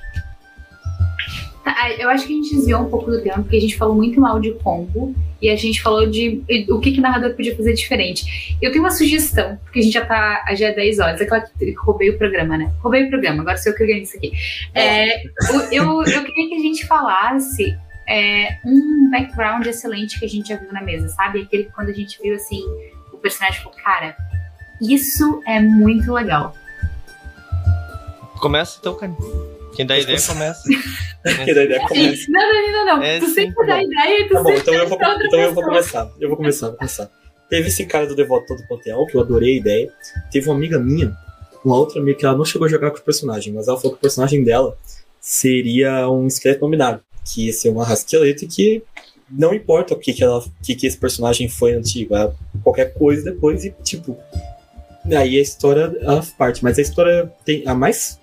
Eu acho que a gente desviou um pouco do tema, porque a gente falou muito mal de combo e a gente falou de o que, que o narrador podia fazer diferente. Eu tenho uma sugestão, porque a gente já tá, já é dez horas, é claro que roubei o programa, né? Roubei o programa, agora sou eu que ganhei isso aqui. É, eu, eu queria que a gente falasse é, um background excelente que a gente já viu na mesa, sabe? Aquele que quando a gente viu, assim, o personagem falou, cara, isso é muito legal. Começa então, cara. Quem dá ideia começa. Quem dá ideia começa. Não, não, não, não. É, tu sempre dá ideia, tu tá bom, sempre então eu vou, outra então eu vou pessoa. começar. Eu vou começar, vou começar. Teve esse cara do Devoto Todo Panteão, que eu adorei a ideia. Teve uma amiga minha, uma outra amiga, que ela não chegou a jogar com o personagem, mas ela falou que o personagem dela seria um esqueleto nominado, que ia ser uma rasqueleta que não importa o que, que, ela, que, que esse personagem foi antigo, é qualquer coisa depois e, tipo... Aí a história, ela parte, mas a história tem a mais...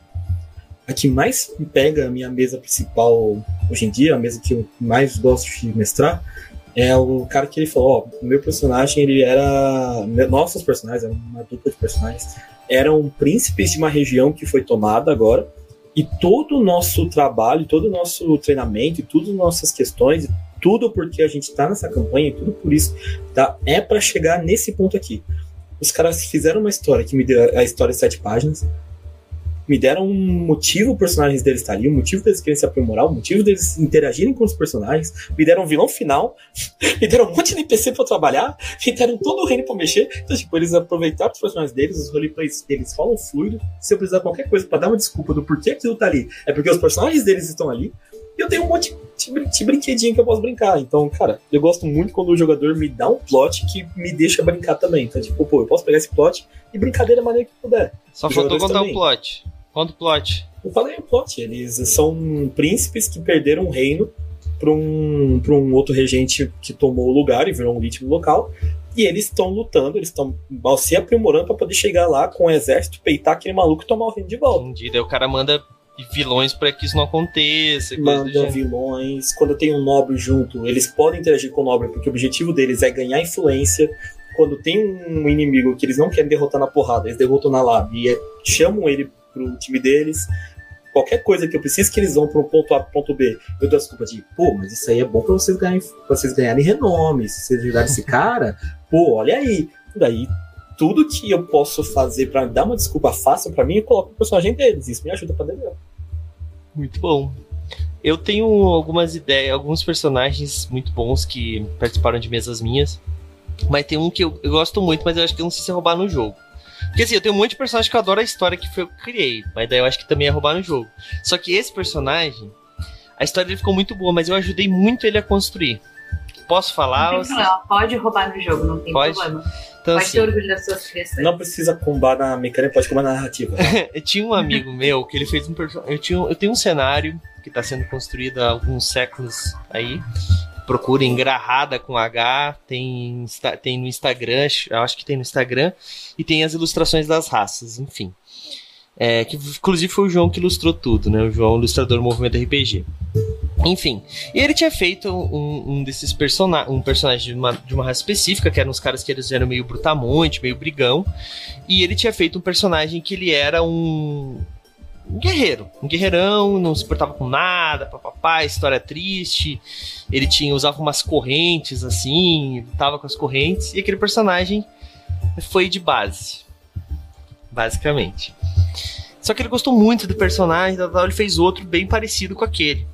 A que mais me pega a minha mesa principal hoje em dia, a mesa que eu mais gosto de mestrar, é o cara que ele falou, ó, o meu personagem, ele era... Nossos personagens, era uma dupla de personagens, eram príncipes de uma região que foi tomada agora, e todo o nosso trabalho, todo o nosso treinamento, e todas as nossas questões, tudo porque a gente tá nessa campanha, e tudo por isso, tá, é pra chegar nesse ponto aqui. Os caras fizeram uma história que me deu a história de sete páginas, me deram um motivo os personagens deles estar ali, um motivo deles querem se aprimorar, um motivo deles interagirem com os personagens, me deram um vilão final, me deram um monte de N P C pra trabalhar, me deram todo o reino pra mexer. Então, tipo, eles aproveitaram os personagens deles, os roleplays deles falam fluido. Se eu precisar de qualquer coisa pra dar uma desculpa do porquê aquilo tá ali, é porque os personagens deles estão ali. E eu tenho um monte de, brin- de brinquedinho que eu posso brincar. Então, cara, eu gosto muito quando o jogador me dá um plot que me deixa brincar também. Então, tipo, pô, eu posso pegar esse plot e brincadeira da maneira que puder. Só Os faltou jogadores contar também. o plot. Conta o plot. Eu falei o plot, eles são príncipes que perderam um reino para um, pra um outro regente que tomou o lugar e virou um ritmo local, e eles estão lutando, eles estão se aprimorando para poder chegar lá com o exército, peitar aquele maluco e tomar o reino de volta. Entendi. Daí o cara manda vilões pra que isso não aconteça. Coisa do Manda gênero. vilões, quando tem um nobre junto, eles podem interagir com o nobre, porque o objetivo deles é ganhar influência. Quando tem um inimigo que eles não querem derrotar na porrada, eles derrotam na lábia e é, chamam ele pro time deles. Qualquer coisa que eu preciso que eles vão para um ponto A pro ponto B, eu dou a desculpa de, pô, mas isso aí é bom para vocês ganharem, pra vocês ganharem renome, se vocês ajudarem esse cara, pô, olha aí. Daí, tudo que eu posso fazer para dar uma desculpa fácil para mim, eu coloco o personagem deles, isso me ajuda pra dentro. Muito bom. Eu tenho algumas ideias, alguns personagens muito bons que participaram de mesas minhas, mas tem um que eu, eu gosto muito, mas eu acho que eu não sei se é roubar no jogo. Porque assim, eu tenho um monte de personagem que eu adoro a história que foi eu que criei, mas daí eu acho que também é roubar no jogo. Só que esse personagem, a história dele ficou muito boa, mas eu ajudei muito ele a construir. Posso falar? Não tem problema, pode roubar no jogo, não tem Pode? problema. Então, Pode assim, ter orgulho das suas criações. Não precisa combar na mecânica, pode combar na narrativa. Né? eu tinha um amigo meu que ele fez um personagem. Eu, tinha, eu tenho um cenário que está sendo construído há alguns séculos aí. Procura Engrarrada com H, tem, tem no Instagram, acho que tem no Instagram, e tem as ilustrações das raças, enfim. É, que inclusive foi o João que ilustrou tudo, né? O João, ilustrador do Movimento R P G. Enfim, e ele tinha feito um, um desses personagens, um personagem de uma, de uma raça específica, que eram os caras que eles eram meio brutamonte, meio brigão, e ele tinha feito um personagem que ele era um, um guerreiro, um guerreirão, não se importava com nada, papapá, história triste, ele tinha, usava umas correntes assim, lutava com as correntes, e aquele personagem foi de base, basicamente. Só que ele gostou muito do personagem, ele fez outro bem parecido com aquele.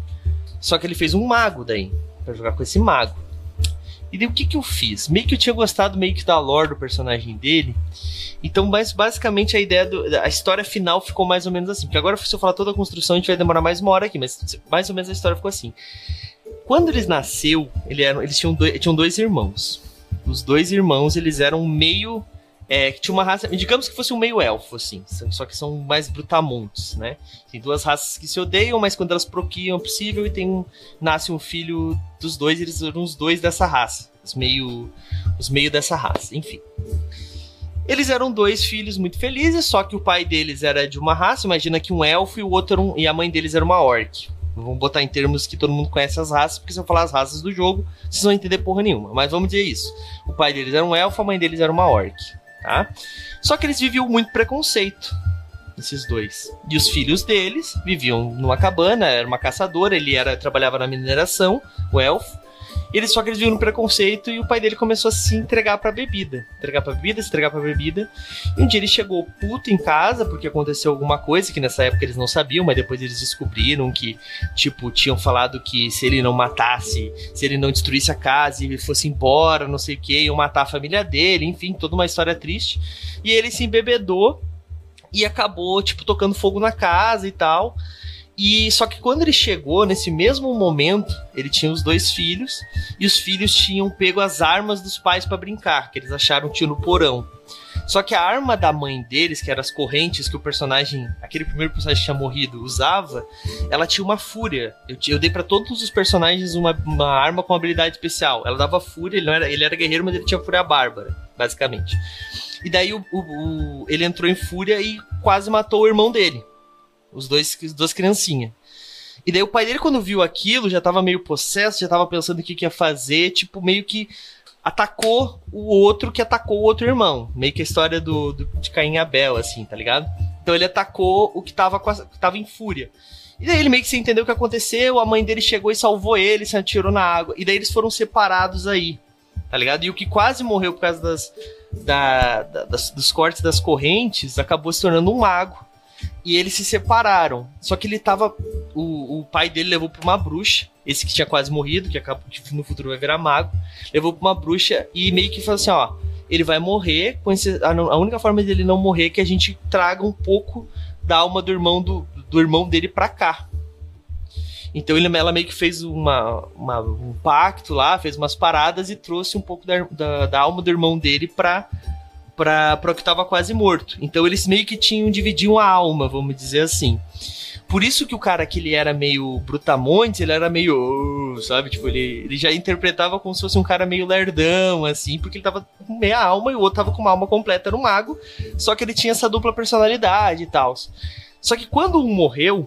Só que ele fez um mago daí, pra jogar com esse mago. E daí o que que eu fiz? Meio que eu tinha gostado meio que da lore do personagem dele. Então, mas basicamente a ideia do, a história final ficou mais ou menos assim. Porque agora, se eu falar toda a construção, a gente vai demorar mais uma hora aqui. Mas mais ou menos a história ficou assim. Quando eles nasceu, ele era, eles tinham dois, tinham dois irmãos. Os dois irmãos, eles eram meio... É, que tinha uma raça, digamos que fosse um meio elfo, assim, só que são mais brutamontes, né? Tem duas raças que se odeiam, mas quando elas procriam é possível e tem um, nasce um filho dos dois, eles eram os dois dessa raça, os meio, os meio dessa raça, enfim. Eles eram dois filhos muito felizes, só que o pai deles era de uma raça, imagina que um elfo e o outro era um, e a mãe deles era uma orc. Vamos botar em termos que todo mundo conhece as raças, porque se eu falar as raças do jogo, vocês vão entender porra nenhuma, mas vamos dizer isso. O pai deles era um elfo, a mãe deles era uma orc. Tá? Só que eles viviam muito preconceito, esses dois. E os filhos deles viviam numa cabana, era uma caçadora, ele era, trabalhava na mineração, o elfo. Eles, só que eles viviam no preconceito e o pai dele começou a se entregar pra bebida. Entregar pra bebida, se entregar pra bebida. E um dia ele chegou puto em casa porque aconteceu alguma coisa que nessa época eles não sabiam, mas depois eles descobriram que, tipo, tinham falado que se ele não matasse, se ele não destruísse a casa e fosse embora, não sei o que, iam matar a família dele, enfim, toda uma história triste. E ele se embebedou e acabou, tipo, tocando fogo na casa e tal. E só que quando ele chegou, nesse mesmo momento, ele tinha os dois filhos, e os filhos tinham pego as armas dos pais pra brincar, que eles acharam tio no porão. Só que a arma da mãe deles, que eram as correntes que o personagem, aquele primeiro personagem que tinha morrido, usava, ela tinha uma fúria. Eu, eu dei pra todos os personagens uma, uma arma com habilidade especial. Ela dava fúria, ele, não era, ele era guerreiro, mas ele tinha fúria bárbara, basicamente. E daí o, o, o, ele entrou em fúria e quase matou o irmão dele. Os dois, as duas criancinhas. E daí o pai dele, quando viu aquilo, já tava meio possesso, já tava pensando o que, que ia fazer, tipo, meio que atacou o outro que atacou o outro irmão. Meio que a história do, do, de Caim e Abel, assim, tá ligado? Então ele atacou o que tava, que tava em fúria. E daí ele meio que se entendeu o que aconteceu, a mãe dele chegou e salvou ele, se atirou na água. E daí eles foram separados aí, tá ligado? E o que quase morreu por causa das, da, da, das, dos cortes das correntes, acabou se tornando um mago. E eles se separaram. Só que ele tava... O, o pai dele levou pra uma bruxa. Esse que tinha quase morrido, que, acabou, que no futuro vai virar mago. Levou pra uma bruxa e meio que falou assim, ó... Ele vai morrer. Com esse, a, a única forma dele não morrer é que a gente traga um pouco da alma do irmão, do, do irmão dele pra cá. Então ele, ela meio que fez uma, uma, um pacto lá, fez umas paradas e trouxe um pouco da, da, da alma do irmão dele pra... Pra, pra o que tava quase morto. Então eles meio que tinham, dividiam a alma, vamos dizer assim. Por isso que o cara que ele era meio brutamonte, ele era meio, sabe, tipo, ele, ele já interpretava como se fosse um cara meio lerdão, assim, porque ele tava com meia alma e o outro tava com uma alma completa, era um mago, só que ele tinha essa dupla personalidade e tal. Só que quando um morreu,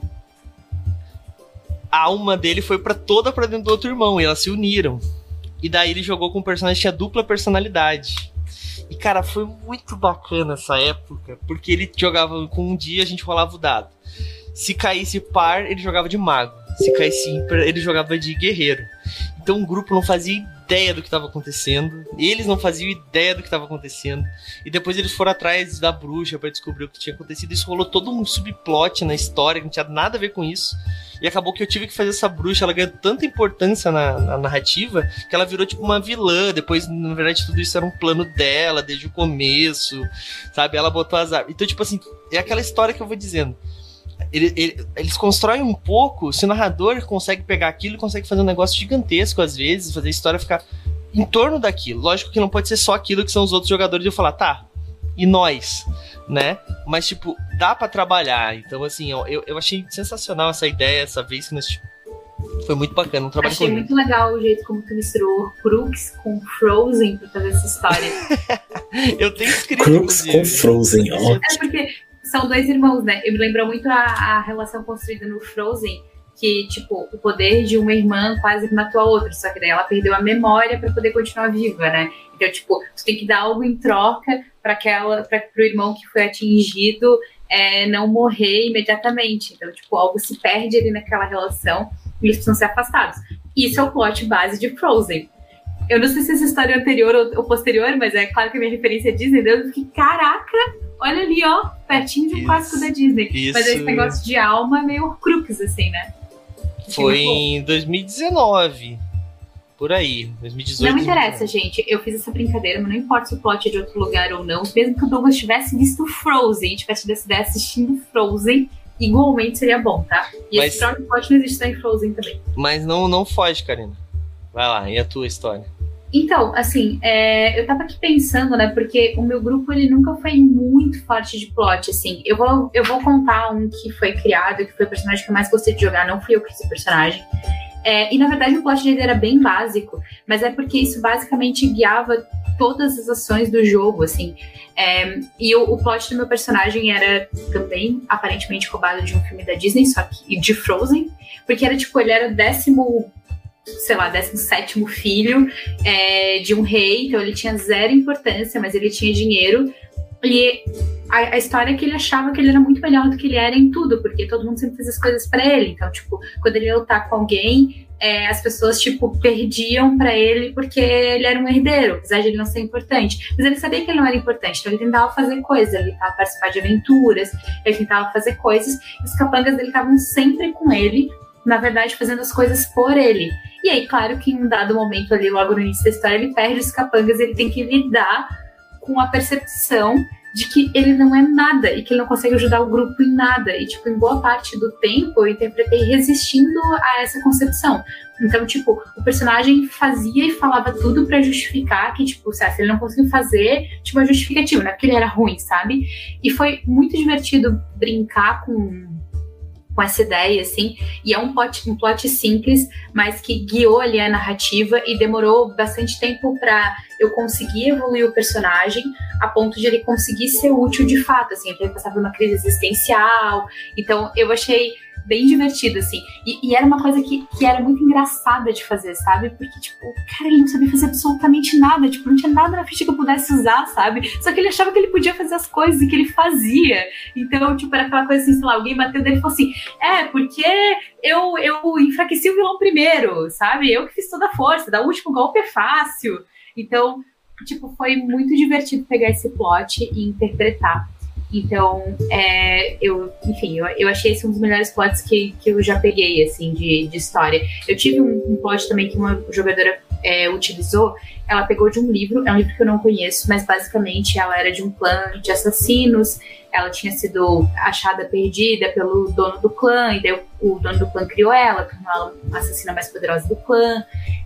a alma dele foi pra toda pra dentro do outro irmão, e elas se uniram. E daí ele jogou com um personagem que tinha dupla personalidade. E, cara, foi muito bacana essa época, porque ele jogava com um dia, a gente rolava o dado. Se caísse par, ele jogava de mago. Se caísse ímpar, ele jogava de guerreiro. Então o grupo não fazia ideia do que estava acontecendo. Eles não faziam ideia do que estava acontecendo. E depois eles foram atrás da bruxa para descobrir o que tinha acontecido. Isso rolou todo um subplot na história, que não tinha nada a ver com isso. E acabou que eu tive que fazer essa bruxa, ela ganhou tanta importância na, na narrativa, que ela virou tipo uma vilã. Depois, na verdade, tudo isso era um plano dela, desde o começo, sabe? Ela botou as armas. Então, tipo assim, é aquela história que eu vou dizendo. Ele, ele, eles constroem um pouco, se o narrador consegue pegar aquilo, consegue fazer um negócio gigantesco às vezes, fazer a história ficar em torno daquilo. Lógico que não pode ser só aquilo que são os outros jogadores de eu falar, tá, e nós, né? Mas, tipo, dá pra trabalhar. Então, assim, eu, eu achei sensacional essa ideia, essa vez que nós... Foi muito bacana, um trabalho Achei comigo. muito legal o jeito como tu misturou Crux com Frozen pra fazer essa história. Eu tenho escrito... Crux com Frozen, ó. É porque... São dois irmãos, né? Eu me lembro muito a, a relação construída no Frozen, que, tipo, o poder de uma irmã quase matou a outra, só que daí ela perdeu a memória pra poder continuar viva, né? Então, tipo, tu tem que dar algo em troca para aquela, para pro irmão que foi atingido é, não morrer imediatamente. Então, tipo, algo se perde ali naquela relação e eles precisam ser afastados. Isso é o plot base de Frozen. Eu não sei se essa história é anterior ou, ou posterior, mas é claro que a minha referência é Disney. Eu fiquei, caraca, olha ali, ó, pertinho de um clássico da Disney. Isso. Mas esse negócio de alma é meio crux, assim, né? Foi em dois mil e dezenove. Por aí, dois mil e dezoito. Não me interessa, gente. Eu fiz essa brincadeira, mas não importa se o plot é de outro lugar ou não. Mesmo que o Douglas tivesse visto Frozen e tivesse tido essa ideia assistindo Frozen, igualmente seria bom, tá? E mas, esse próprio plot não existe só em Frozen também. Mas não, não foge, Karina. Vai lá, e a tua história? Então, assim, é, eu tava aqui pensando, né, porque o meu grupo, ele nunca foi muito forte de plot, assim. Eu vou, eu vou contar um que foi criado, que foi o personagem que eu mais gostei de jogar, não fui eu que fiz o personagem. É, e, na verdade, o plot dele era bem básico, mas é porque isso basicamente guiava todas as ações do jogo, assim. É, e o, o plot do meu personagem era também, aparentemente, roubado de um filme da Disney, só que de Frozen, porque era, tipo, ele era o décimo... sei lá, décimo sétimo filho é, de um rei, então ele tinha zero importância, mas ele tinha dinheiro. E a, a história é que ele achava que ele era muito melhor do que ele era em tudo, porque todo mundo sempre fez as coisas pra ele. Então, tipo, quando ele ia lutar com alguém, é, as pessoas, tipo, perdiam pra ele porque ele era um herdeiro, apesar de ele não ser importante. Mas ele sabia que ele não era importante, então ele tentava fazer coisas, ele tentava participar de aventuras, ele tentava fazer coisas, e os capangas dele estavam sempre com ele, na verdade, fazendo as coisas por ele. E aí, claro que em um dado momento ali, logo no início da história, ele perde os capangas, ele tem que lidar com a percepção de que ele não é nada e que ele não consegue ajudar o grupo em nada. E, tipo, em boa parte do tempo, eu interpretei resistindo a essa concepção. Então, tipo, o personagem fazia e falava tudo pra justificar que, tipo, se ele não conseguiu fazer, tipo, uma justificativa, não é porque ele era ruim, sabe? E foi muito divertido brincar com... com essa ideia, assim, e é um plot, um plot simples, mas que guiou ali a narrativa e demorou bastante tempo pra eu conseguir evoluir o personagem a ponto de ele conseguir ser útil de fato, assim, ele passar por uma crise existencial, então eu achei bem divertido, assim, e, e era uma coisa que, que era muito engraçada de fazer, sabe, porque, tipo, cara, ele não sabia fazer absolutamente nada, tipo, não tinha nada na ficha que eu pudesse usar, sabe, só que ele achava que ele podia fazer as coisas e que ele fazia, então, tipo, era aquela coisa assim, sei lá, alguém bateu dele e falou assim, é, porque eu, eu enfraqueci o vilão primeiro, sabe, eu que fiz toda a força, dar o último golpe é fácil, então, tipo, foi muito divertido pegar esse plot e interpretar. Então, é, eu, enfim, eu, eu achei esse um dos melhores plots que, que eu já peguei, assim, de, de história. Eu tive um, um plot também que uma jogadora é, utilizou, ela pegou de um livro, é um livro que eu não conheço, mas basicamente ela era de um clã de assassinos, ela tinha sido achada perdida pelo dono do clã, e daí o, o dono do clã criou ela, tornou ela a assassina mais poderosa do clã,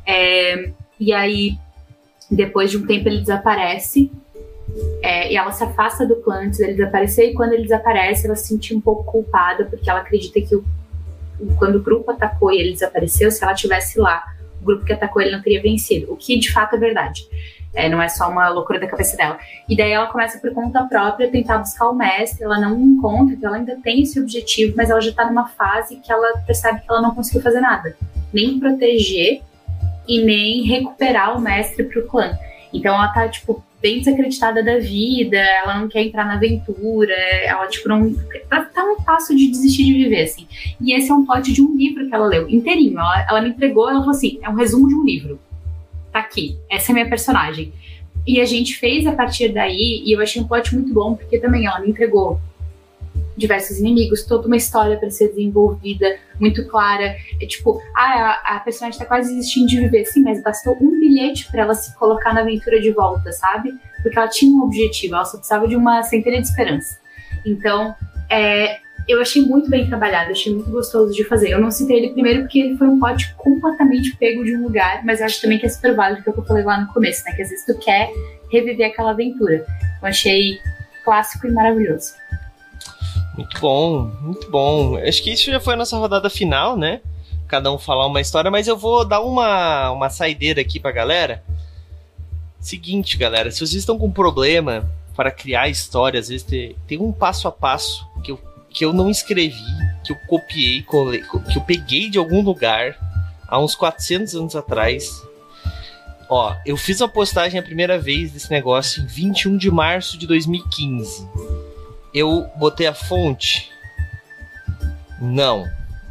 é, e aí, depois de um tempo ele desaparece, É, e ela se afasta do clã antes dele desaparecer, e quando ele desaparece ela se sente um pouco culpada, porque ela acredita que o, quando o grupo atacou e ele desapareceu, se ela estivesse lá, o grupo que atacou ele não teria vencido, o que de fato é verdade, é, não é só uma loucura da cabeça dela. E daí ela começa por conta própria a tentar buscar o mestre, ela não encontra, que ela ainda tem esse objetivo, mas ela já tá numa fase que ela percebe que ela não conseguiu fazer nada, nem proteger e nem recuperar o mestre pro clã. Então ela tá, tipo, bem desacreditada da vida, ela não quer entrar na aventura, ela, tipo, não... Ela tá um passo de desistir de viver, assim. E esse é um plot de um livro que ela leu, inteirinho. Ela, ela me entregou, ela falou assim, é um resumo de um livro. Tá aqui, essa é a minha personagem. E a gente fez a partir daí, e eu achei um plot muito bom, porque também ela me entregou diversos inimigos, toda uma história para ser desenvolvida, muito clara. É tipo, ah, a, a personagem tá quase desistindo de viver, sim, mas bastou um bilhete para ela se colocar na aventura de volta, sabe? Porque ela tinha um objetivo, ela só precisava de uma centelha de esperança. Então, é, eu achei muito bem trabalhado, achei muito gostoso de fazer. Eu não citei ele primeiro porque ele foi um plot completamente pego de um lugar, mas eu acho também que é super válido, que é o que eu falei lá no começo, né? Que às vezes tu quer reviver aquela aventura. Eu achei clássico e maravilhoso. Muito bom, muito bom. Acho que isso já foi a nossa rodada final, né? Cada um falar uma história, mas eu vou dar uma, uma saideira aqui pra galera. Seguinte, galera, se vocês estão com problema para criar história, às vezes tem, tem um passo a passo que eu, que eu não escrevi, que eu copiei, colei, que eu peguei de algum lugar há uns quatrocentos anos atrás. Ó, eu fiz uma postagem a primeira vez desse negócio em vinte e um de março de dois mil e quinze. Eu botei a fonte? Não.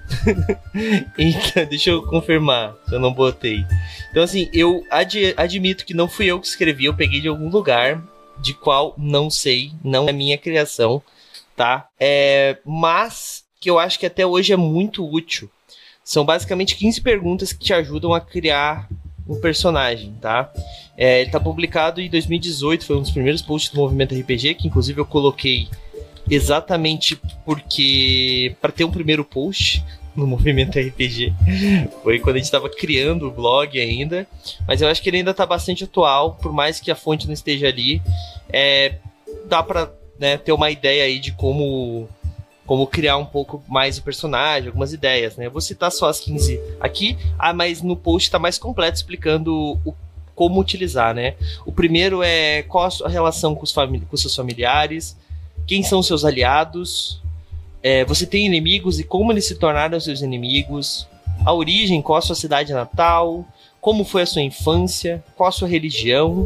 Então, deixa eu confirmar se eu não botei. Então, assim, eu ad- admito que não fui eu que escrevi, eu peguei de algum lugar, de qual não sei, não é minha criação, tá? É, mas que eu acho que até hoje é muito útil. São basicamente quinze perguntas que te ajudam a criar um personagem, tá? É, ele tá publicado em dois mil e dezoito, foi um dos primeiros posts do Movimento R P G, que inclusive eu coloquei exatamente porque para ter um primeiro post no Movimento R P G foi quando a gente estava criando o blog ainda, mas eu acho que ele ainda tá bastante atual, por mais que a fonte não esteja ali. É, dá para, né, ter uma ideia aí de como como criar um pouco mais o personagem, algumas ideias, né? Eu vou citar só as quinze aqui, ah, mas no post tá mais completo explicando o, como utilizar, né? O primeiro é qual a sua relação com os, famili- com seus familiares, quem são seus aliados, é, você tem inimigos e como eles se tornaram seus inimigos, a origem, qual a sua cidade natal, como foi a sua infância, qual a sua religião,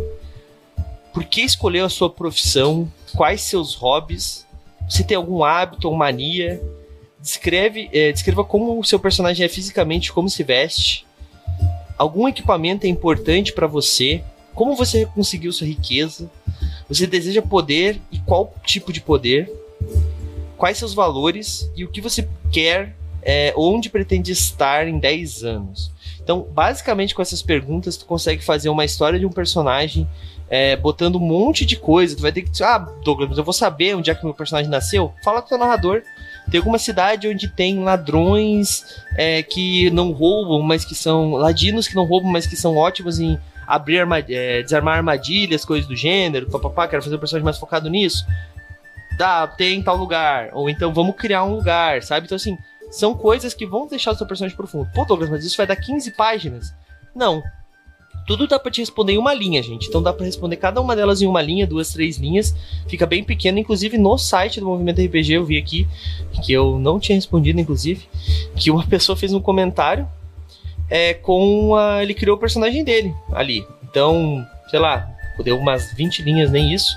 por que escolheu a sua profissão, quais seus hobbies, se tem algum hábito ou mania, descreve, é, descreva como o seu personagem é fisicamente, como se veste, algum equipamento é importante para você, como você conseguiu sua riqueza, você deseja poder e qual tipo de poder, quais seus valores e o que você quer, é, onde pretende estar em dez anos. Então, basicamente com essas perguntas, tu consegue fazer uma história de um personagem, é, botando um monte de coisa. Tu vai ter que dizer, ah, Douglas, mas eu vou saber onde é que meu personagem nasceu? Fala com o teu narrador. Tem alguma cidade onde tem ladrões é, que não roubam, mas que são ladinos que não roubam, mas que são ótimos em abrir armad- é, desarmar armadilhas, coisas do gênero, papapá, quero fazer um personagem mais focado nisso. Dá, tem tal lugar. Ou então vamos criar um lugar, sabe? Então assim, são coisas que vão deixar o seu personagem profundo. Pô, Douglas, mas isso vai dar quinze páginas? Não. Tudo dá pra te responder em uma linha, gente. Então dá pra responder cada uma delas em uma linha, duas, três linhas. Fica bem pequeno. Inclusive no site do Movimento R P G eu vi aqui, que eu não tinha respondido, inclusive, que uma pessoa fez um comentário é, com a... ele criou o personagem dele ali. Então, sei lá, deu umas vinte linhas, nem isso.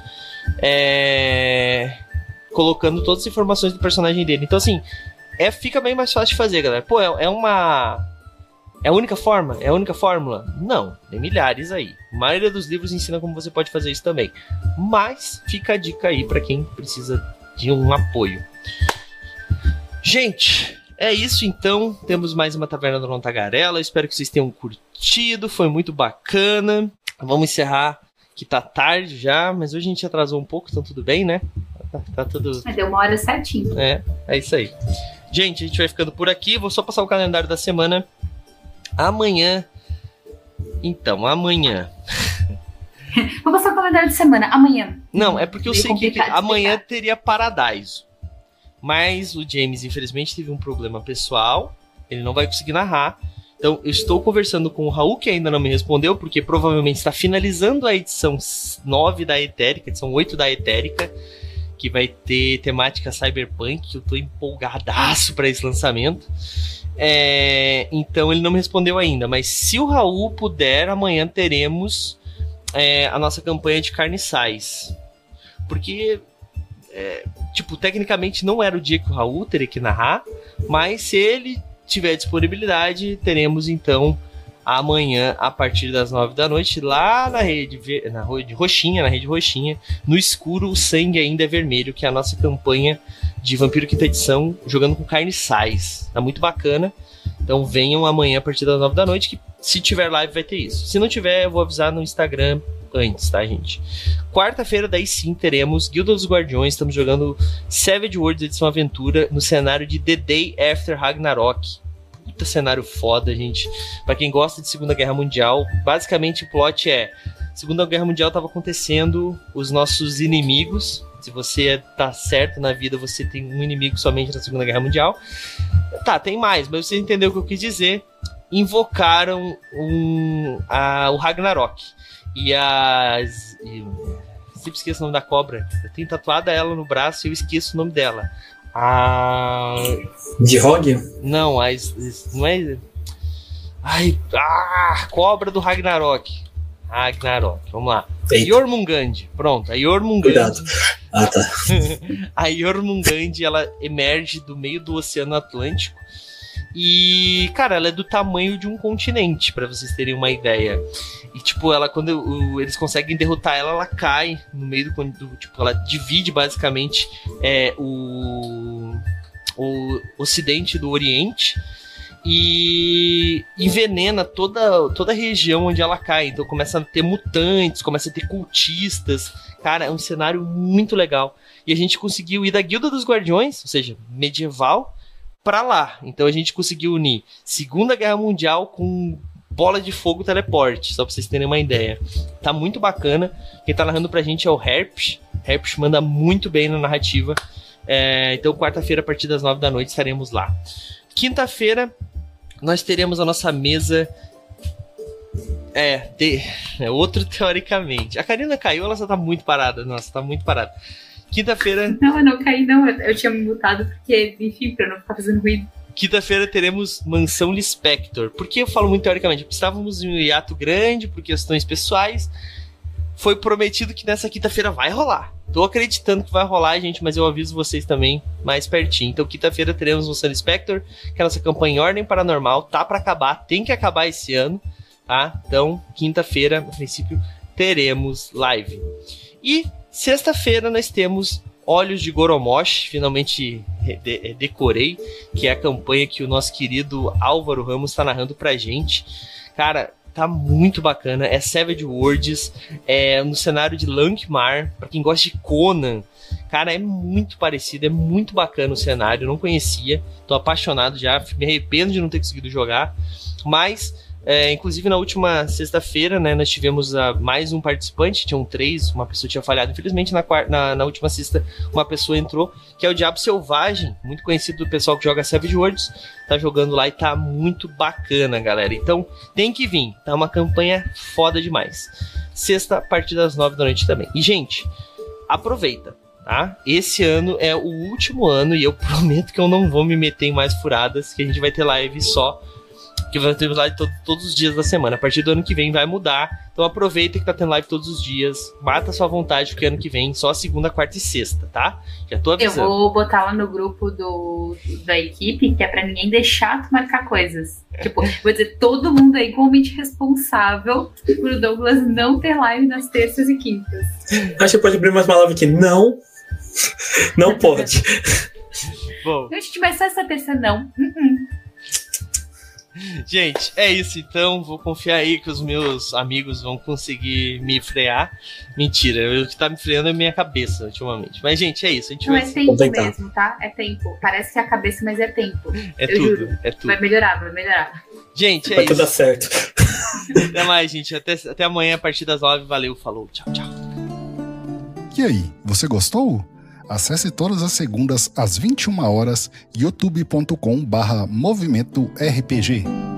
É... colocando todas as informações do personagem dele. Então assim, é, fica bem mais fácil de fazer, galera. Pô, é, é uma... é a única forma? É a única fórmula? Não, tem milhares aí. A maioria dos livros ensina como você pode fazer isso também. Mas fica a dica aí pra quem precisa de um apoio. Gente, é isso então. Temos mais uma Taverna do Não Tagarela. Espero que vocês tenham curtido. Foi muito bacana. Vamos encerrar, que tá tarde já, mas hoje a gente atrasou um pouco, então tudo bem, né? Tá, tá tudo... Mas deu uma hora certinho. É, é isso aí. Gente, a gente vai ficando por aqui. Vou só passar o calendário da semana. Amanhã. Então, amanhã. Vou passar o calendário de semana. Amanhã. Não, é porque eu Meio sei que complicado de amanhã explicar. teria Paradiso. Mas o James, infelizmente, teve um problema pessoal. Ele não vai conseguir narrar. Então, eu estou conversando com o Raul, que ainda não me respondeu, porque provavelmente está finalizando a edição nove da Etérica, edição oito da Etérica, que vai ter temática cyberpunk. Eu tô empolgadaço para esse lançamento. É, então ele não me respondeu ainda, mas se o Raul puder, amanhã teremos é, a nossa campanha de carniçais. Porque, é, tipo, tecnicamente não era o dia que o Raul teria que narrar, mas se ele tiver disponibilidade, teremos então amanhã, a partir das nove da noite, lá na rede, na rede roxinha, na rede roxinha, no escuro o sangue ainda é vermelho, que é a nossa campanha de Vampiro Quinta Edição, jogando com carniçais. Tá muito bacana. Então venham amanhã a partir das nove da noite, que se tiver live vai ter isso. Se não tiver, eu vou avisar no Instagram antes, tá, gente? Quarta-feira, daí sim, teremos Guilda dos Guardiões. Estamos jogando Savage Worlds Edição Aventura no cenário de The Day After Ragnarok. Puta cenário foda, gente. Pra quem gosta de Segunda Guerra Mundial, basicamente o plot é: Segunda Guerra Mundial tava acontecendo, os nossos inimigos, se você tá certo na vida, você tem um inimigo somente na Segunda Guerra Mundial. Tá, tem mais, mas você entendeu o que eu quis dizer. Invocaram um, a, o Ragnarok. E as... E, sempre esqueço o nome da cobra. Eu tenho tatuada ela no braço e eu esqueço o nome dela. A... De Rogue? Não, a... não é... Ai, ah, cobra do Ragnarok. Ragnarok, vamos lá. Eita. Jormungand, pronto, a Jormungand. Cuidado. Ah, tá. A Jormungand, ela emerge do meio do Oceano Atlântico e, cara, ela é do tamanho de um continente, pra vocês terem uma ideia. E, tipo, ela, quando o, eles conseguem derrotar ela, ela cai no meio do, do tipo, ela divide basicamente é, o, o Ocidente do Oriente e envenena toda, toda a região onde ela cai. Então começa a ter mutantes, começa a ter cultistas. Cara, é um cenário muito legal. E a gente conseguiu ir da Guilda dos Guardiões, ou seja, medieval, pra lá. Então a gente conseguiu unir Segunda Guerra Mundial com bola de fogo teleporte, só pra vocês terem uma ideia. Tá muito bacana. Quem tá narrando pra gente é o Herpes. Herpes manda muito bem na narrativa. É, então quarta-feira, a partir das nove da noite, estaremos lá. Quinta-feira, nós teremos a nossa mesa. É, te... é outro teoricamente. A Karina caiu, ela só tá muito parada. Nossa, tá muito parada. Quinta-feira. Não, eu não caí, não. Eu tinha me mutado porque, enfim, pra não ficar fazendo ruído. Quinta-feira teremos Mansão Lispector. Por que eu falo muito teoricamente? Porque estávamos em um hiato grande por questões pessoais. Foi prometido que nessa quinta-feira vai rolar. Tô acreditando que vai rolar, gente, mas eu aviso vocês também mais pertinho. Então, quinta-feira teremos o Sun Spectre, que é a nossa campanha em Ordem Paranormal. Tá pra acabar, tem que acabar esse ano, tá? Então, quinta-feira, no princípio, teremos live. E sexta-feira nós temos Olhos de Goromosh, finalmente de- decorei, que é a campanha que o nosso querido Álvaro Ramos tá narrando pra gente. Cara, tá muito bacana, é Savage Worlds, é no cenário de Lankhmar, pra quem gosta de Conan. Cara, é muito parecido, é muito bacana o cenário, eu não conhecia, tô apaixonado já, me arrependo de não ter conseguido jogar, mas... É, inclusive na última sexta-feira, né, nós tivemos uh, mais um participante, tinham três, uma pessoa tinha falhado, infelizmente na, quarta, na, na última sexta uma pessoa entrou, que é o Diabo Selvagem, muito conhecido do pessoal que joga Savage Worlds, tá jogando lá e tá muito bacana, galera, então tem que vir, tá uma campanha foda demais. Sexta, a partir das nove da noite também. E gente, aproveita, tá? Esse ano é o último ano e eu prometo que eu não vou me meter em mais furadas, que a gente vai ter live só que vai ter live to- todos os dias da semana. A partir do ano que vem vai mudar. Então aproveita que tá tendo live todos os dias. Mata a sua vontade, porque ano que vem só segunda, quarta e sexta, tá? Já tô avisando. Eu vou botar lá no grupo do, da equipe, que é pra ninguém deixar tu marcar coisas. Tipo, vou dizer, todo mundo é igualmente responsável por o Douglas não ter live nas terças e quintas. Acho que pode abrir mais uma live aqui. Não. Não pode. Bom, Se a gente vai só essa terça, não. Uh-uh. gente, é isso então. Vou confiar aí que os meus amigos vão conseguir me frear. Mentira, o que tá me freando é a minha cabeça ultimamente. Mas, gente, é isso. A gente Não vai é se- tempo tentar. mesmo, tá? É tempo. Parece que é a cabeça, mas é tempo. É eu tudo, juro. é tudo. Vai melhorar, vai melhorar. Gente, é Vai tudo dar isso. certo. Até mais, gente. Até, até amanhã, a partir das nove. Valeu, falou. Tchau, tchau. E aí, você gostou? Acesse todas as segundas às vinte e uma horas youtube ponto com barra movimento R P G.